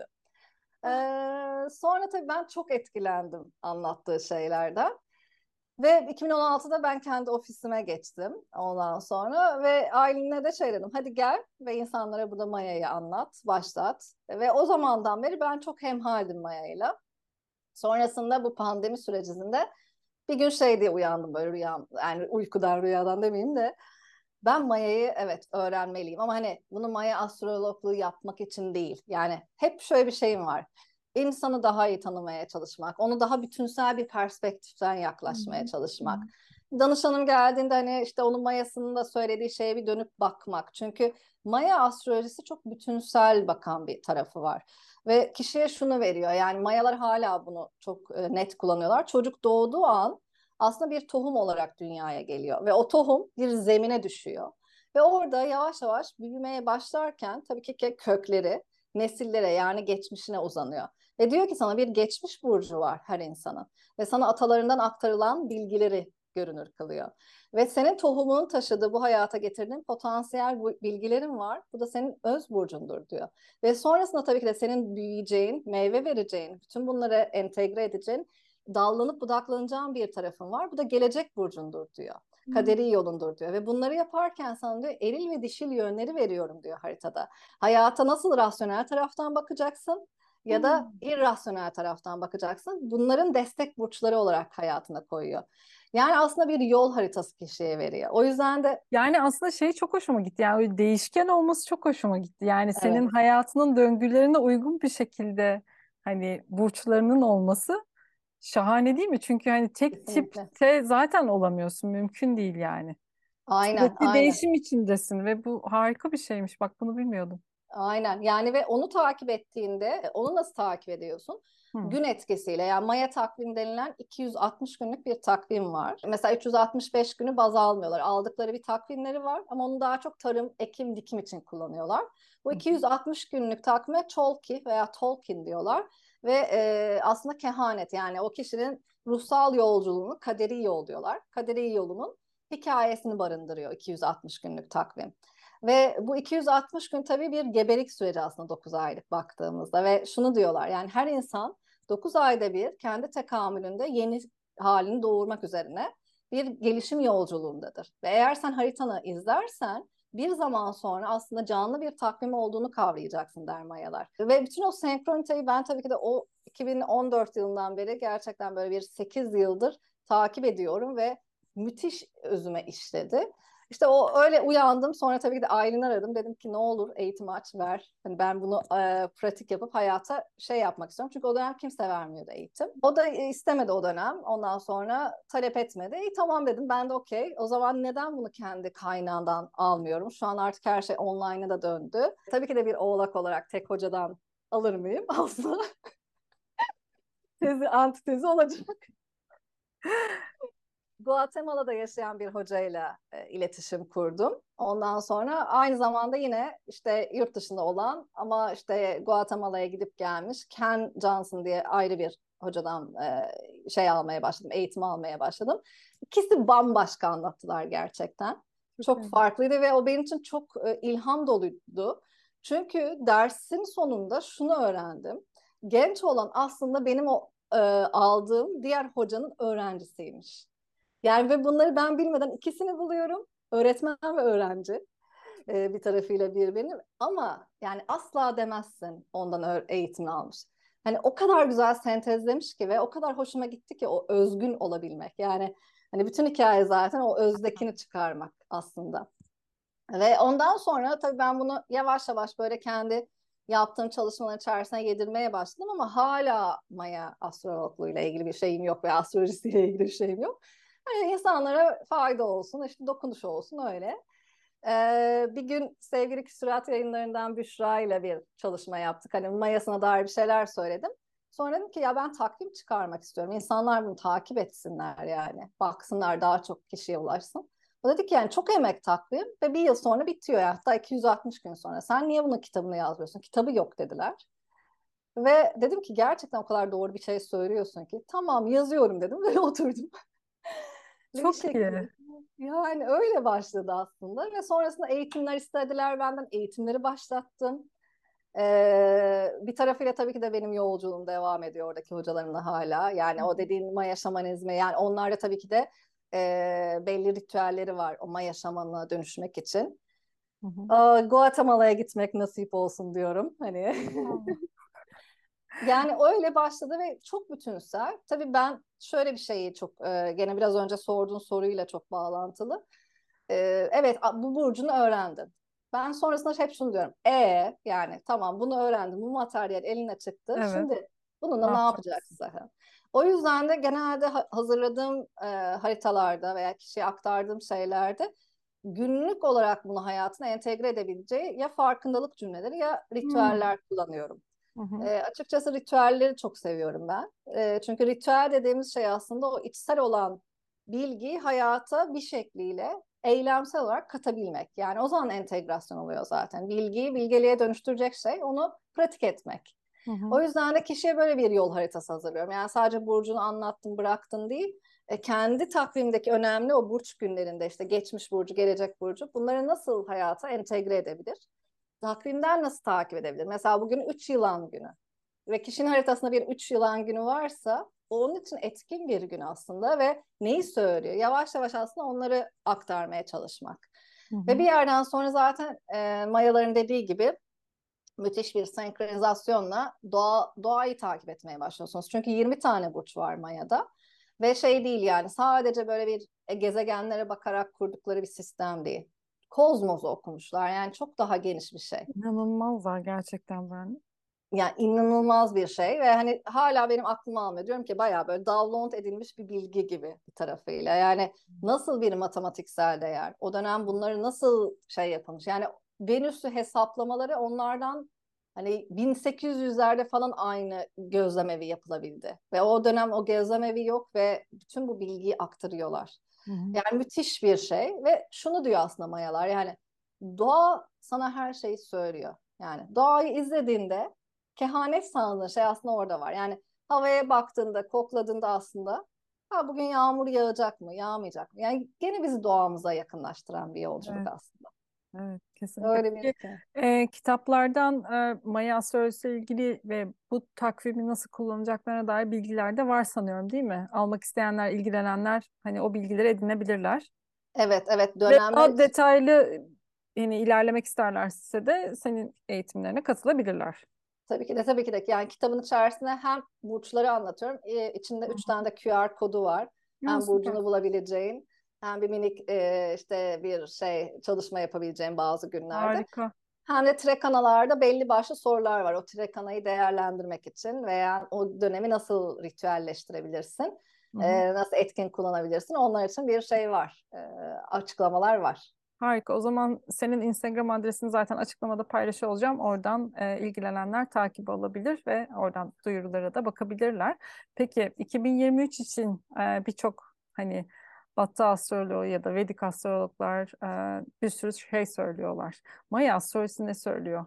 Sonra tabii ben çok etkilendim anlattığı şeylerden. Ve 2016'da ben kendi ofisime geçtim ondan sonra ve Aylin'e de şey dedim hadi gel ve insanlara burada Maya'yı anlat, başlat. Ve o zamandan beri ben çok hemhaldim Maya'yla. Sonrasında bu pandemi sürecinde bir gün şey diye uyandım böyle rüyam yani uykudan rüyadan demeyeyim de ben Maya'yı evet öğrenmeliyim ama hani bunu Maya astrologluğu yapmak için değil. Yani hep şöyle bir şeyim var. İnsanı daha iyi tanımaya çalışmak, onu daha bütünsel bir perspektiften Hı yaklaşmaya hı. Hı çalışmak. Danışanım geldiğinde hani işte onun Maya'sının da söylediği şeye bir dönüp bakmak. Çünkü Maya astrolojisi çok bütünsel bakan bir tarafı var. Ve kişiye şunu veriyor. Yani Mayalar hala bunu çok net kullanıyorlar. Çocuk doğduğu an aslında bir tohum olarak dünyaya geliyor ve o tohum bir zemine düşüyor. Ve orada yavaş yavaş büyümeye başlarken tabii ki kökleri nesillere yani geçmişine uzanıyor. Ve diyor ki sana bir geçmiş burcu var her insanın. Ve sana atalarından aktarılan bilgileri görünür kılıyor. Ve senin tohumunun taşıdığı bu hayata getirdiğin potansiyel bilgilerin var. Bu da senin öz burcundur diyor. Ve sonrasında tabii ki de senin büyüyeceğin, meyve vereceğin, bütün bunları entegre edeceğin, dallanıp budaklanacağın bir tarafın var. Bu da gelecek burcundur diyor. Kaderi yolundur diyor. Ve bunları yaparken sana diyor eril ve dişil yönleri veriyorum diyor haritada. Hayata nasıl rasyonel taraftan bakacaksın ya da irrasyonel taraftan bakacaksın. Bunların destek burçları olarak hayatına koyuyor. Yani aslında bir yol haritası kişiye veriyor. O yüzden de Yani aslında şey çok hoşuma gitti. Yani öyle değişken olması çok hoşuma gitti. Yani senin evet, hayatının döngülerine uygun bir şekilde hani burçlarının olması şahane değil mi? Çünkü hani tek kesinlikle. tipte zaten olamıyorsun. Mümkün değil yani. Aynen, Sürekli aynen. değişim içindesin ve bu harika bir şeymiş. Bak bunu bilmiyordum. Aynen yani ve onu takip ettiğinde onu nasıl takip ediyorsun? Hı. Gün etkisiyle yani Maya takvim denilen 260 günlük bir takvim var. Mesela 365 günü baz almıyorlar. Aldıkları bir takvimleri var ama onu daha çok tarım, ekim, dikim için kullanıyorlar. Bu Hı hı. 260 günlük takvime Cholki veya Tolkien diyorlar. Ve aslında kehanet yani o kişinin ruhsal yolculuğunu kaderi yol diyorlar. Kaderi yolunun hikayesini barındırıyor 260 günlük takvim. Ve bu 260 gün tabii bir gebelik süreci aslında 9 aylık baktığımızda ve şunu diyorlar yani her insan 9 ayda bir kendi tekamülünde yeni halini doğurmak üzerine bir gelişim yolculuğundadır. Ve eğer sen haritanı izlersen bir zaman sonra aslında canlı bir takvim olduğunu kavrayacaksın der Mayalar. Ve bütün o senkroniteyi ben tabii ki de o 2014 yılından beri gerçekten böyle bir 8 yıldır takip ediyorum ve müthiş özüme işledi. İşte o öyle uyandım. Sonra tabii ki de Aylin'i aradım. Dedim ki ne olur eğitim aç ver. Hani ben bunu pratik yapıp hayata şey yapmak istiyorum. Çünkü o dönem kimse vermiyordu eğitim. O da istemedi o dönem. Ondan sonra talep etmedi. Tamam dedim ben de okey. O zaman neden bunu kendi kaynağından almıyorum? Şu an artık her şey online'a da döndü. Tabii ki de bir oğlak olarak tek hocadan alır mıyım? Aslında tezi, antitezi olacak. Guatemala'da yaşayan bir hocayla iletişim kurdum. Ondan sonra aynı zamanda yine işte yurt dışında olan ama işte Guatemala'ya gidip gelmiş Ken Johnson diye ayrı bir hocadan şey almaya başladım, eğitim almaya başladım. İkisi bambaşka anlattılar gerçekten. Çok Çok iyi. farklıydı ve o benim için çok ilham doluydu. Çünkü dersin sonunda şunu öğrendim. Genç olan aslında benim o aldığım diğer hocanın öğrencisiymiş. Yani ve bunları ben bilmeden ikisini buluyorum. Öğretmen ve öğrenci bir tarafıyla bir benim. Ama yani asla demezsin ondan eğitimini almış. Hani o kadar güzel sentezlemiş ki ve o kadar hoşuma gitti ki o özgün olabilmek. Yani hani bütün hikaye zaten o özdekini çıkarmak aslında. Ve ondan sonra tabii ben bunu yavaş yavaş böyle kendi yaptığım çalışmaların içerisine yedirmeye başladım ama hala Maya astrologluğuyla ilgili bir şeyim yok ve astrolojisiyle ilgili bir şeyim yok. Hani insanlara fayda olsun, işte dokunuş olsun öyle. Bir gün sevgili Küsurat Yayınları'ndan Büşra ile bir çalışma yaptık. Hani Mayasına dair bir şeyler söyledim. Sonra dedim ki ya ben takvim çıkarmak istiyorum. İnsanlar bunu takip etsinler yani. Baksınlar daha çok kişiye ulaşsın. O dedi ki yani çok emek takvim ve bir yıl sonra bitiyor ya. Hatta 260 gün sonra. Sen niye bunun kitabını yazmıyorsun? Kitabı yok dediler. Ve dedim ki gerçekten o kadar doğru bir şey söylüyorsun ki. Tamam yazıyorum dedim ve oturdum. Ve bir Çok şekilde iyi. yani öyle başladı aslında. Ve sonrasında eğitimler istediler benden. Eğitimleri başlattım. Bir tarafıyla tabii ki de benim yolculuğum devam ediyor oradaki hocalarımla hala. Yani o dediğin Maya şamanizmi yani onlarda tabii ki de belli ritüelleri var o Maya şamanına dönüşmek için. Hı hı. Guatemala'ya gitmek nasip olsun diyorum. Hani Allah. yani öyle başladı ve çok bütünsel. Tabii ben şöyle bir şeyi çok gene biraz önce sorduğun soruyla çok bağlantılı. Evet bu burcunu öğrendin. Ben sonrasında hep şunu diyorum. Yani tamam bunu öğrendim. Bu materyal eline çıktı. Evet. Şimdi Ne bununla ne yapacaksın? yapacaksın? O yüzden de genelde hazırladığım haritalarda veya kişiye aktardığım şeylerde günlük olarak bunu hayatına entegre edebileceği ya farkındalık cümleleri ya Hmm. ritüeller kullanıyorum. Hı hı. Açıkçası ritüelleri çok seviyorum ben. Çünkü ritüel dediğimiz şey aslında o içsel olan bilgiyi hayata bir şekliyle eylemsel olarak katabilmek. Yani o zaman entegrasyon oluyor zaten. Bilgiyi bilgeliğe dönüştürecek şey onu pratik etmek. Hı O hı. yüzden de kişiye böyle bir yol haritası hazırlıyorum. Yani sadece burcunu anlattın, bıraktın değil. Kendi takvimdeki önemli o burç günlerinde işte geçmiş burcu, gelecek burcu bunları nasıl hayata entegre edebilir? Takvimden nasıl takip edebilir? Mesela bugün 3 yılan günü ve kişinin haritasında bir 3 yılan günü varsa o onun için etkin bir gün aslında ve neyi söylüyor? Yavaş yavaş aslında onları aktarmaya çalışmak. Hı Ve bir hı. yerden sonra zaten Mayaların dediği gibi müthiş bir senkronizasyonla doğayı takip etmeye başlıyorsunuz. Çünkü 20 tane burç var Maya'da ve şey değil yani sadece böyle bir gezegenlere bakarak kurdukları bir sistem değil. Kozmos'u okumuşlar yani çok daha geniş bir şey. İnanılmazlar gerçekten ben. Yani inanılmaz bir şey ve hani hala benim aklım almıyor. Diyorum ki bayağı böyle download edilmiş bir bilgi gibi bir tarafıyla. Yani nasıl bir matematiksel değer? O dönem bunları nasıl şey yapılmış? Yani Venüs'ü hesaplamaları onlardan hani 1800'lerde falan aynı gözlemevi yapılabildi. Ve o dönem o gözlemevi yok ve bütün bu bilgiyi aktarıyorlar. Hı hı. Yani müthiş bir şey ve şunu diyor aslında Mayalar yani doğa sana her şeyi söylüyor. Yani doğayı izlediğinde kehanet sandığın şey aslında orada var. Yani havaya baktığında, kokladığında aslında ha bugün yağmur yağacak mı, yağmayacak mı? Yani gene bizi doğamıza yakınlaştıran bir yolculuk Evet, aslında. evet kesinlikle. Öyle bir Peki hikaye. kitaplardan Maya astrolojisiyle ilgili ve bu takvimi nasıl kullanacaklarına dair bilgiler de var sanıyorum, değil mi? Almak isteyenler, ilgilenenler hani o bilgileri edinebilirler. Evet, evet Ve dönemler daha detaylı yani ilerlemek isterlerse de senin eğitimlerine katılabilirler. tabii ki de yani kitabın içerisinde hem burçları anlatıyorum. İçinde Hı 3 tane hı. de QR kodu var. Ya Hem süper. burcunu bulabileceğin hem bir minik işte bir şey çalışma yapabileceğin bazı günlerde. Harika. Hem de Trekanalarda belli başlı sorular var. O Trekanayı değerlendirmek için veya o dönemi nasıl ritüelleştirebilirsin, Hı hı. nasıl etkin kullanabilirsin. Onlar için bir şey var, açıklamalar var. Harika. O zaman senin Instagram adresini zaten açıklamada paylaşıyor olacağım. Oradan ilgilenenler takip alabilir ve oradan duyurulara da bakabilirler. Peki 2023 için birçok hani Batı astroloğu ya da Vedik astrologlar bir sürü şey söylüyorlar. Maya astrolojisi ne söylüyor?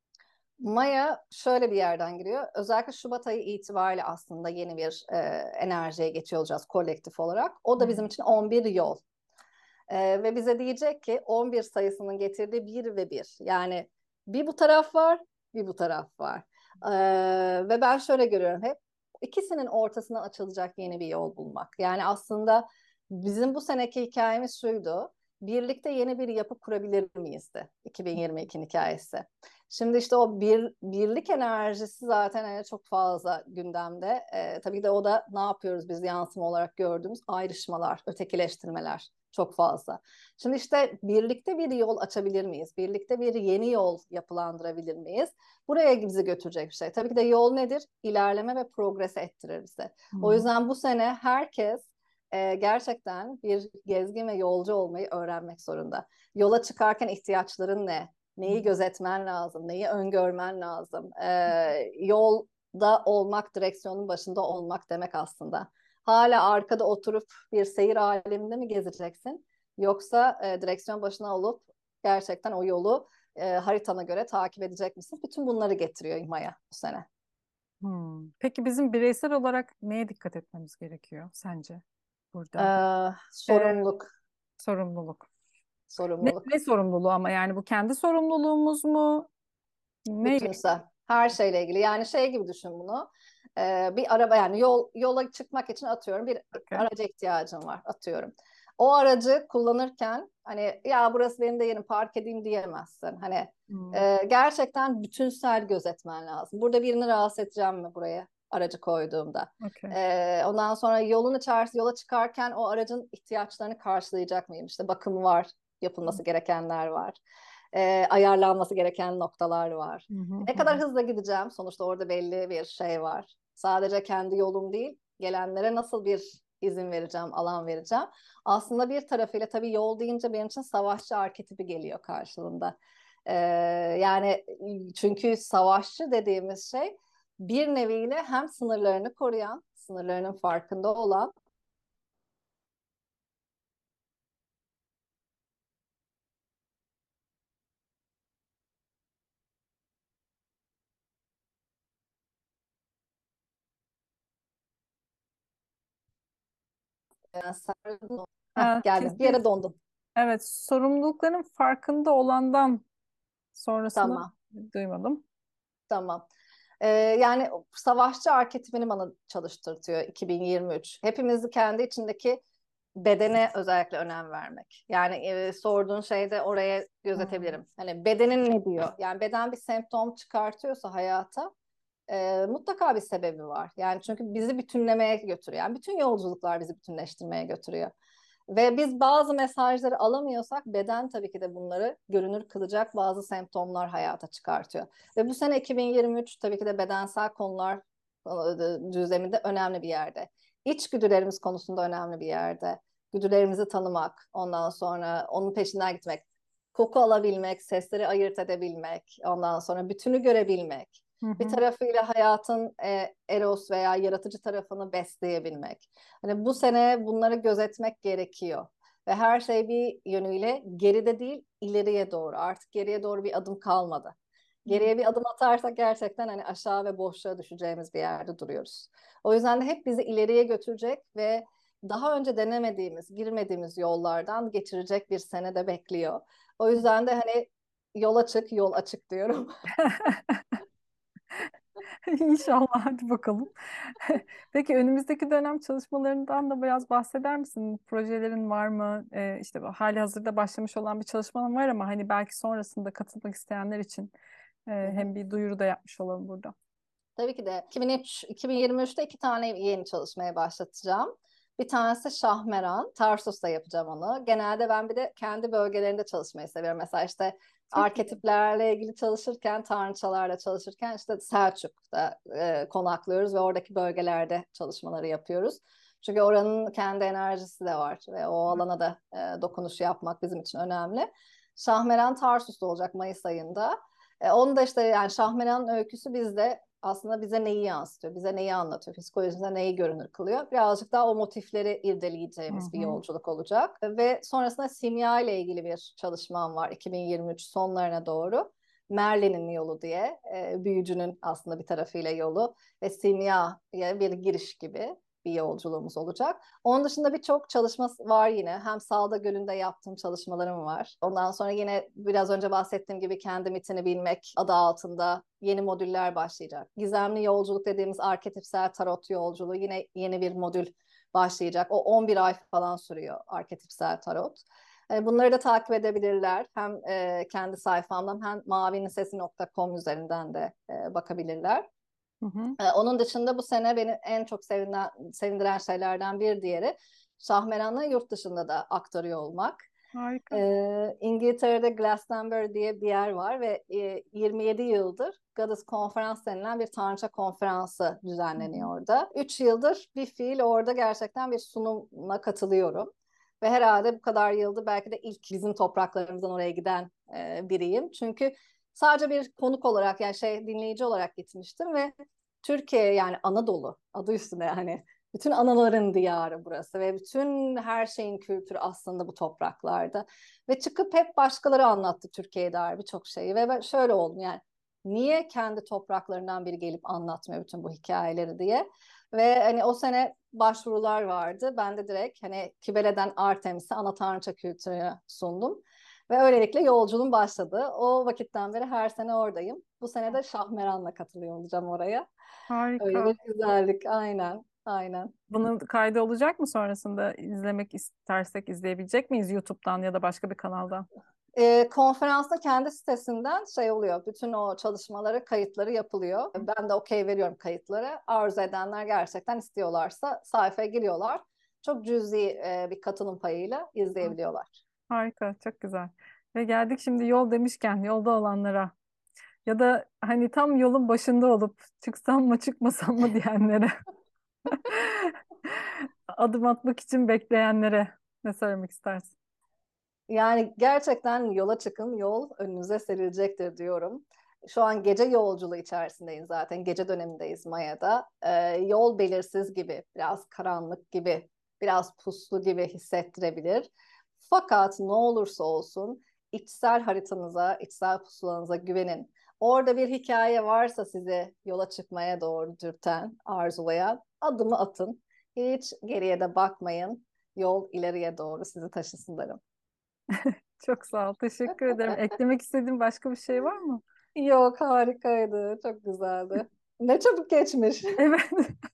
Maya şöyle bir yerden giriyor. Özellikle Şubat ayı itibariyle aslında yeni bir enerjiye geçiyor olacağız kolektif olarak. O Hı da bizim için 11 yol. Ve bize diyecek ki 11 sayısının getirdiği bir ve bir. Yani bir bu taraf var, bir bu taraf var. Ve ben şöyle görüyorum hep ikisinin ortasına açılacak yeni bir yol bulmak. Yani aslında bizim bu seneki hikayemiz şuydu. Birlikte yeni bir yapı kurabilir miyizdi? 2022'nin hikayesi. Şimdi işte o birlik enerjisi zaten hani çok fazla gündemde. Tabii ki de o da ne yapıyoruz biz yansıma olarak gördüğümüz ayrışmalar, ötekileştirmeler çok fazla. Şimdi işte birlikte bir yol açabilir miyiz? Birlikte bir yeni yol yapılandırabilir miyiz? Buraya bizi götürecek bir şey. Tabii ki de yol nedir? İlerleme ve progres ettirir bize. hı. O Hı. yüzden bu sene herkes gerçekten bir gezgin ve yolcu olmayı öğrenmek zorunda. Yola çıkarken ihtiyaçların ne? Neyi gözetmen lazım? Neyi öngörmen lazım? Yolda olmak, direksiyonun başında olmak demek aslında. Hala arkada oturup bir seyir aleminde mi gezeceksin? Yoksa direksiyon başına olup gerçekten o yolu haritana göre takip edecek misin? Bütün bunları getiriyor İHMA'ya bu sene. Peki bizim bireysel olarak neye dikkat etmemiz gerekiyor sence burada? E, Sorumluluk, sorumluluk. Ne sorumluluk. sorumluluğu ama yani bu kendi sorumluluğumuz mu? Ne? Bütünsel. Her şeyle ilgili. Yani şey gibi düşün bunu. Bir araba yani yola çıkmak için atıyorum bir Okay. araca ihtiyacın var atıyorum. O aracı kullanırken hani ya burası benim de yerim park edeyim diyemezsin. Hani Hmm, gerçekten bütünsel gözetmen lazım. Burada birini rahatsız edeceğim mi buraya aracı koyduğumda? okay. Ondan sonra yolun içerisinde yola çıkarken o aracın ihtiyaçlarını karşılayacak mıyım? İşte bakım var, yapılması gerekenler var. Ayarlanması gereken noktalar var. Hı hı Ne hı. kadar hızlı gideceğim? Sonuçta orada belli bir şey var. Sadece kendi yolum değil, gelenlere nasıl bir izin vereceğim, alan vereceğim. Aslında bir tarafıyla tabii yol deyince benim için savaşçı arketipi geliyor karşılığında. Ee, yani çünkü savaşçı dediğimiz şey bir neviyle hem sınırlarını koruyan, sınırlarının farkında olan Geldim. Bir yere Kesin. dondum. Evet, sorumlulukların farkında olandan sonrasını Tamam. duymadım. Tamam. Yani savaşçı arketipini bana çalıştırtıyor 2023. Hepimizi kendi içindeki bedene özellikle önem vermek. Yani sorduğun şeyde oraya Hmm. gözetebilirim. Hani bedenin ne diyor? Yani beden bir semptom çıkartıyorsa hayata mutlaka bir sebebi var. Yani çünkü bizi bütünlemeye götürüyor. Yani bütün yolculuklar bizi bütünleştirmeye götürüyor. Ve biz bazı mesajları alamıyorsak beden tabii ki de bunları görünür kılacak bazı semptomlar hayata çıkartıyor. Ve bu sene 2023 tabii ki de bedensel konular düzleminde önemli bir yerde. İçgüdülerimiz konusunda önemli bir yerde. Güdülerimizi tanımak, ondan sonra onun peşinden gitmek, koku alabilmek, sesleri ayırt edebilmek, ondan sonra bütünü görebilmek. Hı Bir hı. tarafıyla hayatın eros veya yaratıcı tarafını besleyebilmek. Hani bu sene bunları gözetmek gerekiyor. Ve her şey bir yönüyle geride değil, ileriye doğru. Artık geriye doğru bir adım kalmadı. Geriye bir adım atarsak gerçekten hani aşağı ve boşluğa düşeceğimiz bir yerde duruyoruz. O yüzden de hep bizi ileriye götürecek ve daha önce denemediğimiz, girmediğimiz yollardan geçirecek bir sene de bekliyor. O yüzden de hani yol açık, yol açık diyorum. İnşallah, hadi bakalım. Peki önümüzdeki dönem çalışmalarından da biraz bahseder misin? Projelerin var mı? İşte hali hazırda başlamış olan bir çalışman var ama hani belki sonrasında katılmak isteyenler için Hı hı. hem bir duyuru da yapmış olalım burada. Tabii ki de 2023'te iki tane yeni çalışmaya başlatacağım. Bir tanesi Şahmeran, Tarsus'ta yapacağım onu. Genelde ben bir de kendi bölgelerinde çalışmayı seviyorum. Mesela işte Çok iyi. arketiplerle ilgili çalışırken, tanrıçalarla çalışırken işte Selçuk'ta konaklıyoruz ve oradaki bölgelerde çalışmaları yapıyoruz. Çünkü oranın kendi enerjisi de var ve o alana da dokunuş yapmak bizim için önemli. Şahmeran Tarsus'ta olacak Mayıs ayında. Onu da işte yani Şahmeran'ın öyküsü bizde aslında bize neyi yansıtıyor, bize neyi anlatıyor, psikolojimize neyi görünür kılıyor. Birazcık daha o motifleri Hı irdeleyeceğimiz bir hı. yolculuk olacak. Ve sonrasında simya ile ilgili bir çalışmam var 2023 sonlarına doğru. Merlin'in yolu diye, büyücünün aslında bir tarafıyla yolu ve simyaya bir giriş gibi bir yolculuğumuz olacak. Onun dışında birçok çalışma var yine. Hem Salda Gölü'nde yaptığım çalışmalarım var. Ondan sonra yine biraz önce bahsettiğim gibi kendi mitini bilmek adı altında yeni modüller başlayacak. Gizemli yolculuk dediğimiz arketipsel tarot yolculuğu yine yeni bir modül başlayacak. O 11 ay falan sürüyor arketipsel tarot. Bunları da takip edebilirler. Hem kendi sayfamdan hem mavinisesi.com üzerinden de bakabilirler. Hı hı. Onun dışında bu sene beni en çok sevindiren şeylerden bir diğeri Şahmeran'ı yurt dışında da aktarıyor olmak. Harika. İngiltere'de Glastonbury diye bir yer var ve 27 yıldır Goddess Konferans denilen bir tanrıça konferansı Hı hı. düzenleniyor orada. 3 yıldır bir fiil orada gerçekten bir sunuma katılıyorum. Ve herhalde bu kadar yıldır belki de ilk bizim topraklarımızdan oraya giden biriyim. Çünkü sadece bir konuk olarak yani dinleyici olarak gitmiştim ve Türkiye yani Anadolu adı üstünde yani bütün anaların diyarı burası ve bütün her şeyin kültürü aslında bu topraklarda. Ve çıkıp hep başkaları anlattı Türkiye'ye dair birçok şeyi ve ben şöyle oldum yani niye kendi topraklarından biri gelip anlatmıyor bütün bu hikayeleri diye. Ve hani o sene başvurular vardı. Ben de direkt hani Kibele'den Artemis'e ana tanrıça kültürünü sundum. Ve öylelikle yolculuğum başladı. O vakitten beri her sene oradayım. Bu sene de Şahmeran'la katılıyor olacağım oraya. Öyle Harika. bir güzellik. Aynen. Aynen. Bunun kaydı olacak mı sonrasında izlemek istersek izleyebilecek miyiz YouTube'dan ya da başka bir kanaldan? Konferansta kendi sitesinden oluyor. Bütün o çalışmaları, kayıtları yapılıyor. Ben de okey veriyorum kayıtları. Arzu edenler gerçekten istiyorlarsa sayfaya giriyorlar. Çok cüzi bir katılım payıyla izleyebiliyorlar. Harika, çok güzel. Ve geldik şimdi yol demişken yolda olanlara ya da hani tam yolun başında olup çıksam mı çıkmasam mı diyenlere, adım atmak için bekleyenlere ne söylemek istersin? Yani gerçekten yola çıkın, yol önünüze serilecektir diyorum. Şu an gece yolculuğu içerisindeyiz zaten. Gece dönemindeyiz Maya'da. Yol belirsiz gibi, biraz karanlık gibi, biraz puslu gibi hissettirebilir. Fakat ne olursa olsun içsel haritanıza, içsel pusulanıza güvenin. Orada bir hikaye varsa sizi yola çıkmaya doğru dürten, arzulayan adımı atın. Hiç geriye de bakmayın. yol ileriye doğru sizi taşısın derim. Çok sağ ol. Teşekkür ederim. Eklemek istediğin başka bir şey var mı? Yok, harikaydı. Çok güzeldi. Ne çabuk geçmiş. Evet.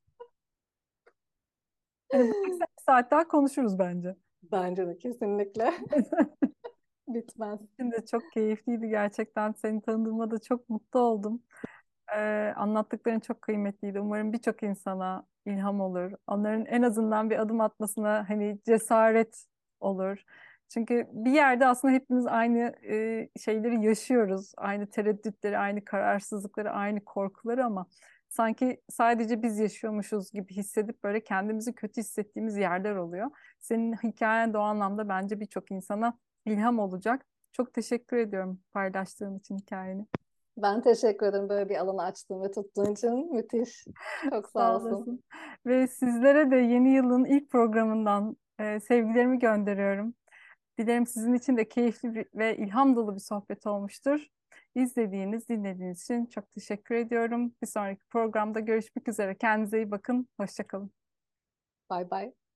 Hani bir saat daha konuşuruz bence. Bence de kesinlikle bitmez. Şimdi çok keyifliydi gerçekten. Seni tanıdığıma da çok mutlu oldum. Anlattıkların çok kıymetliydi. Umarım birçok insana ilham olur. Onların en azından bir adım atmasına hani cesaret olur. Çünkü bir yerde aslında hepimiz aynı şeyleri yaşıyoruz. Aynı tereddütleri, aynı kararsızlıkları, aynı korkuları ama sanki sadece biz yaşıyormuşuz gibi hissedip böyle kendimizi kötü hissettiğimiz yerler oluyor. Senin hikayen de o anlamda bence birçok insana ilham olacak. Çok teşekkür ediyorum paylaştığın için hikayeni. Ben teşekkür ederim böyle bir alanı açtığın ve tuttuğun için. Müthiş. Çok sağ Sağ olsun. olasın. Ve sizlere de yeni yılın ilk programından sevgilerimi gönderiyorum. Dilerim sizin için de keyifli ve ilham dolu bir sohbet olmuştur. İzlediğiniz, dinlediğiniz için çok teşekkür ediyorum. Bir sonraki programda görüşmek üzere. Kendinize iyi bakın. Hoşça kalın. Bay bay.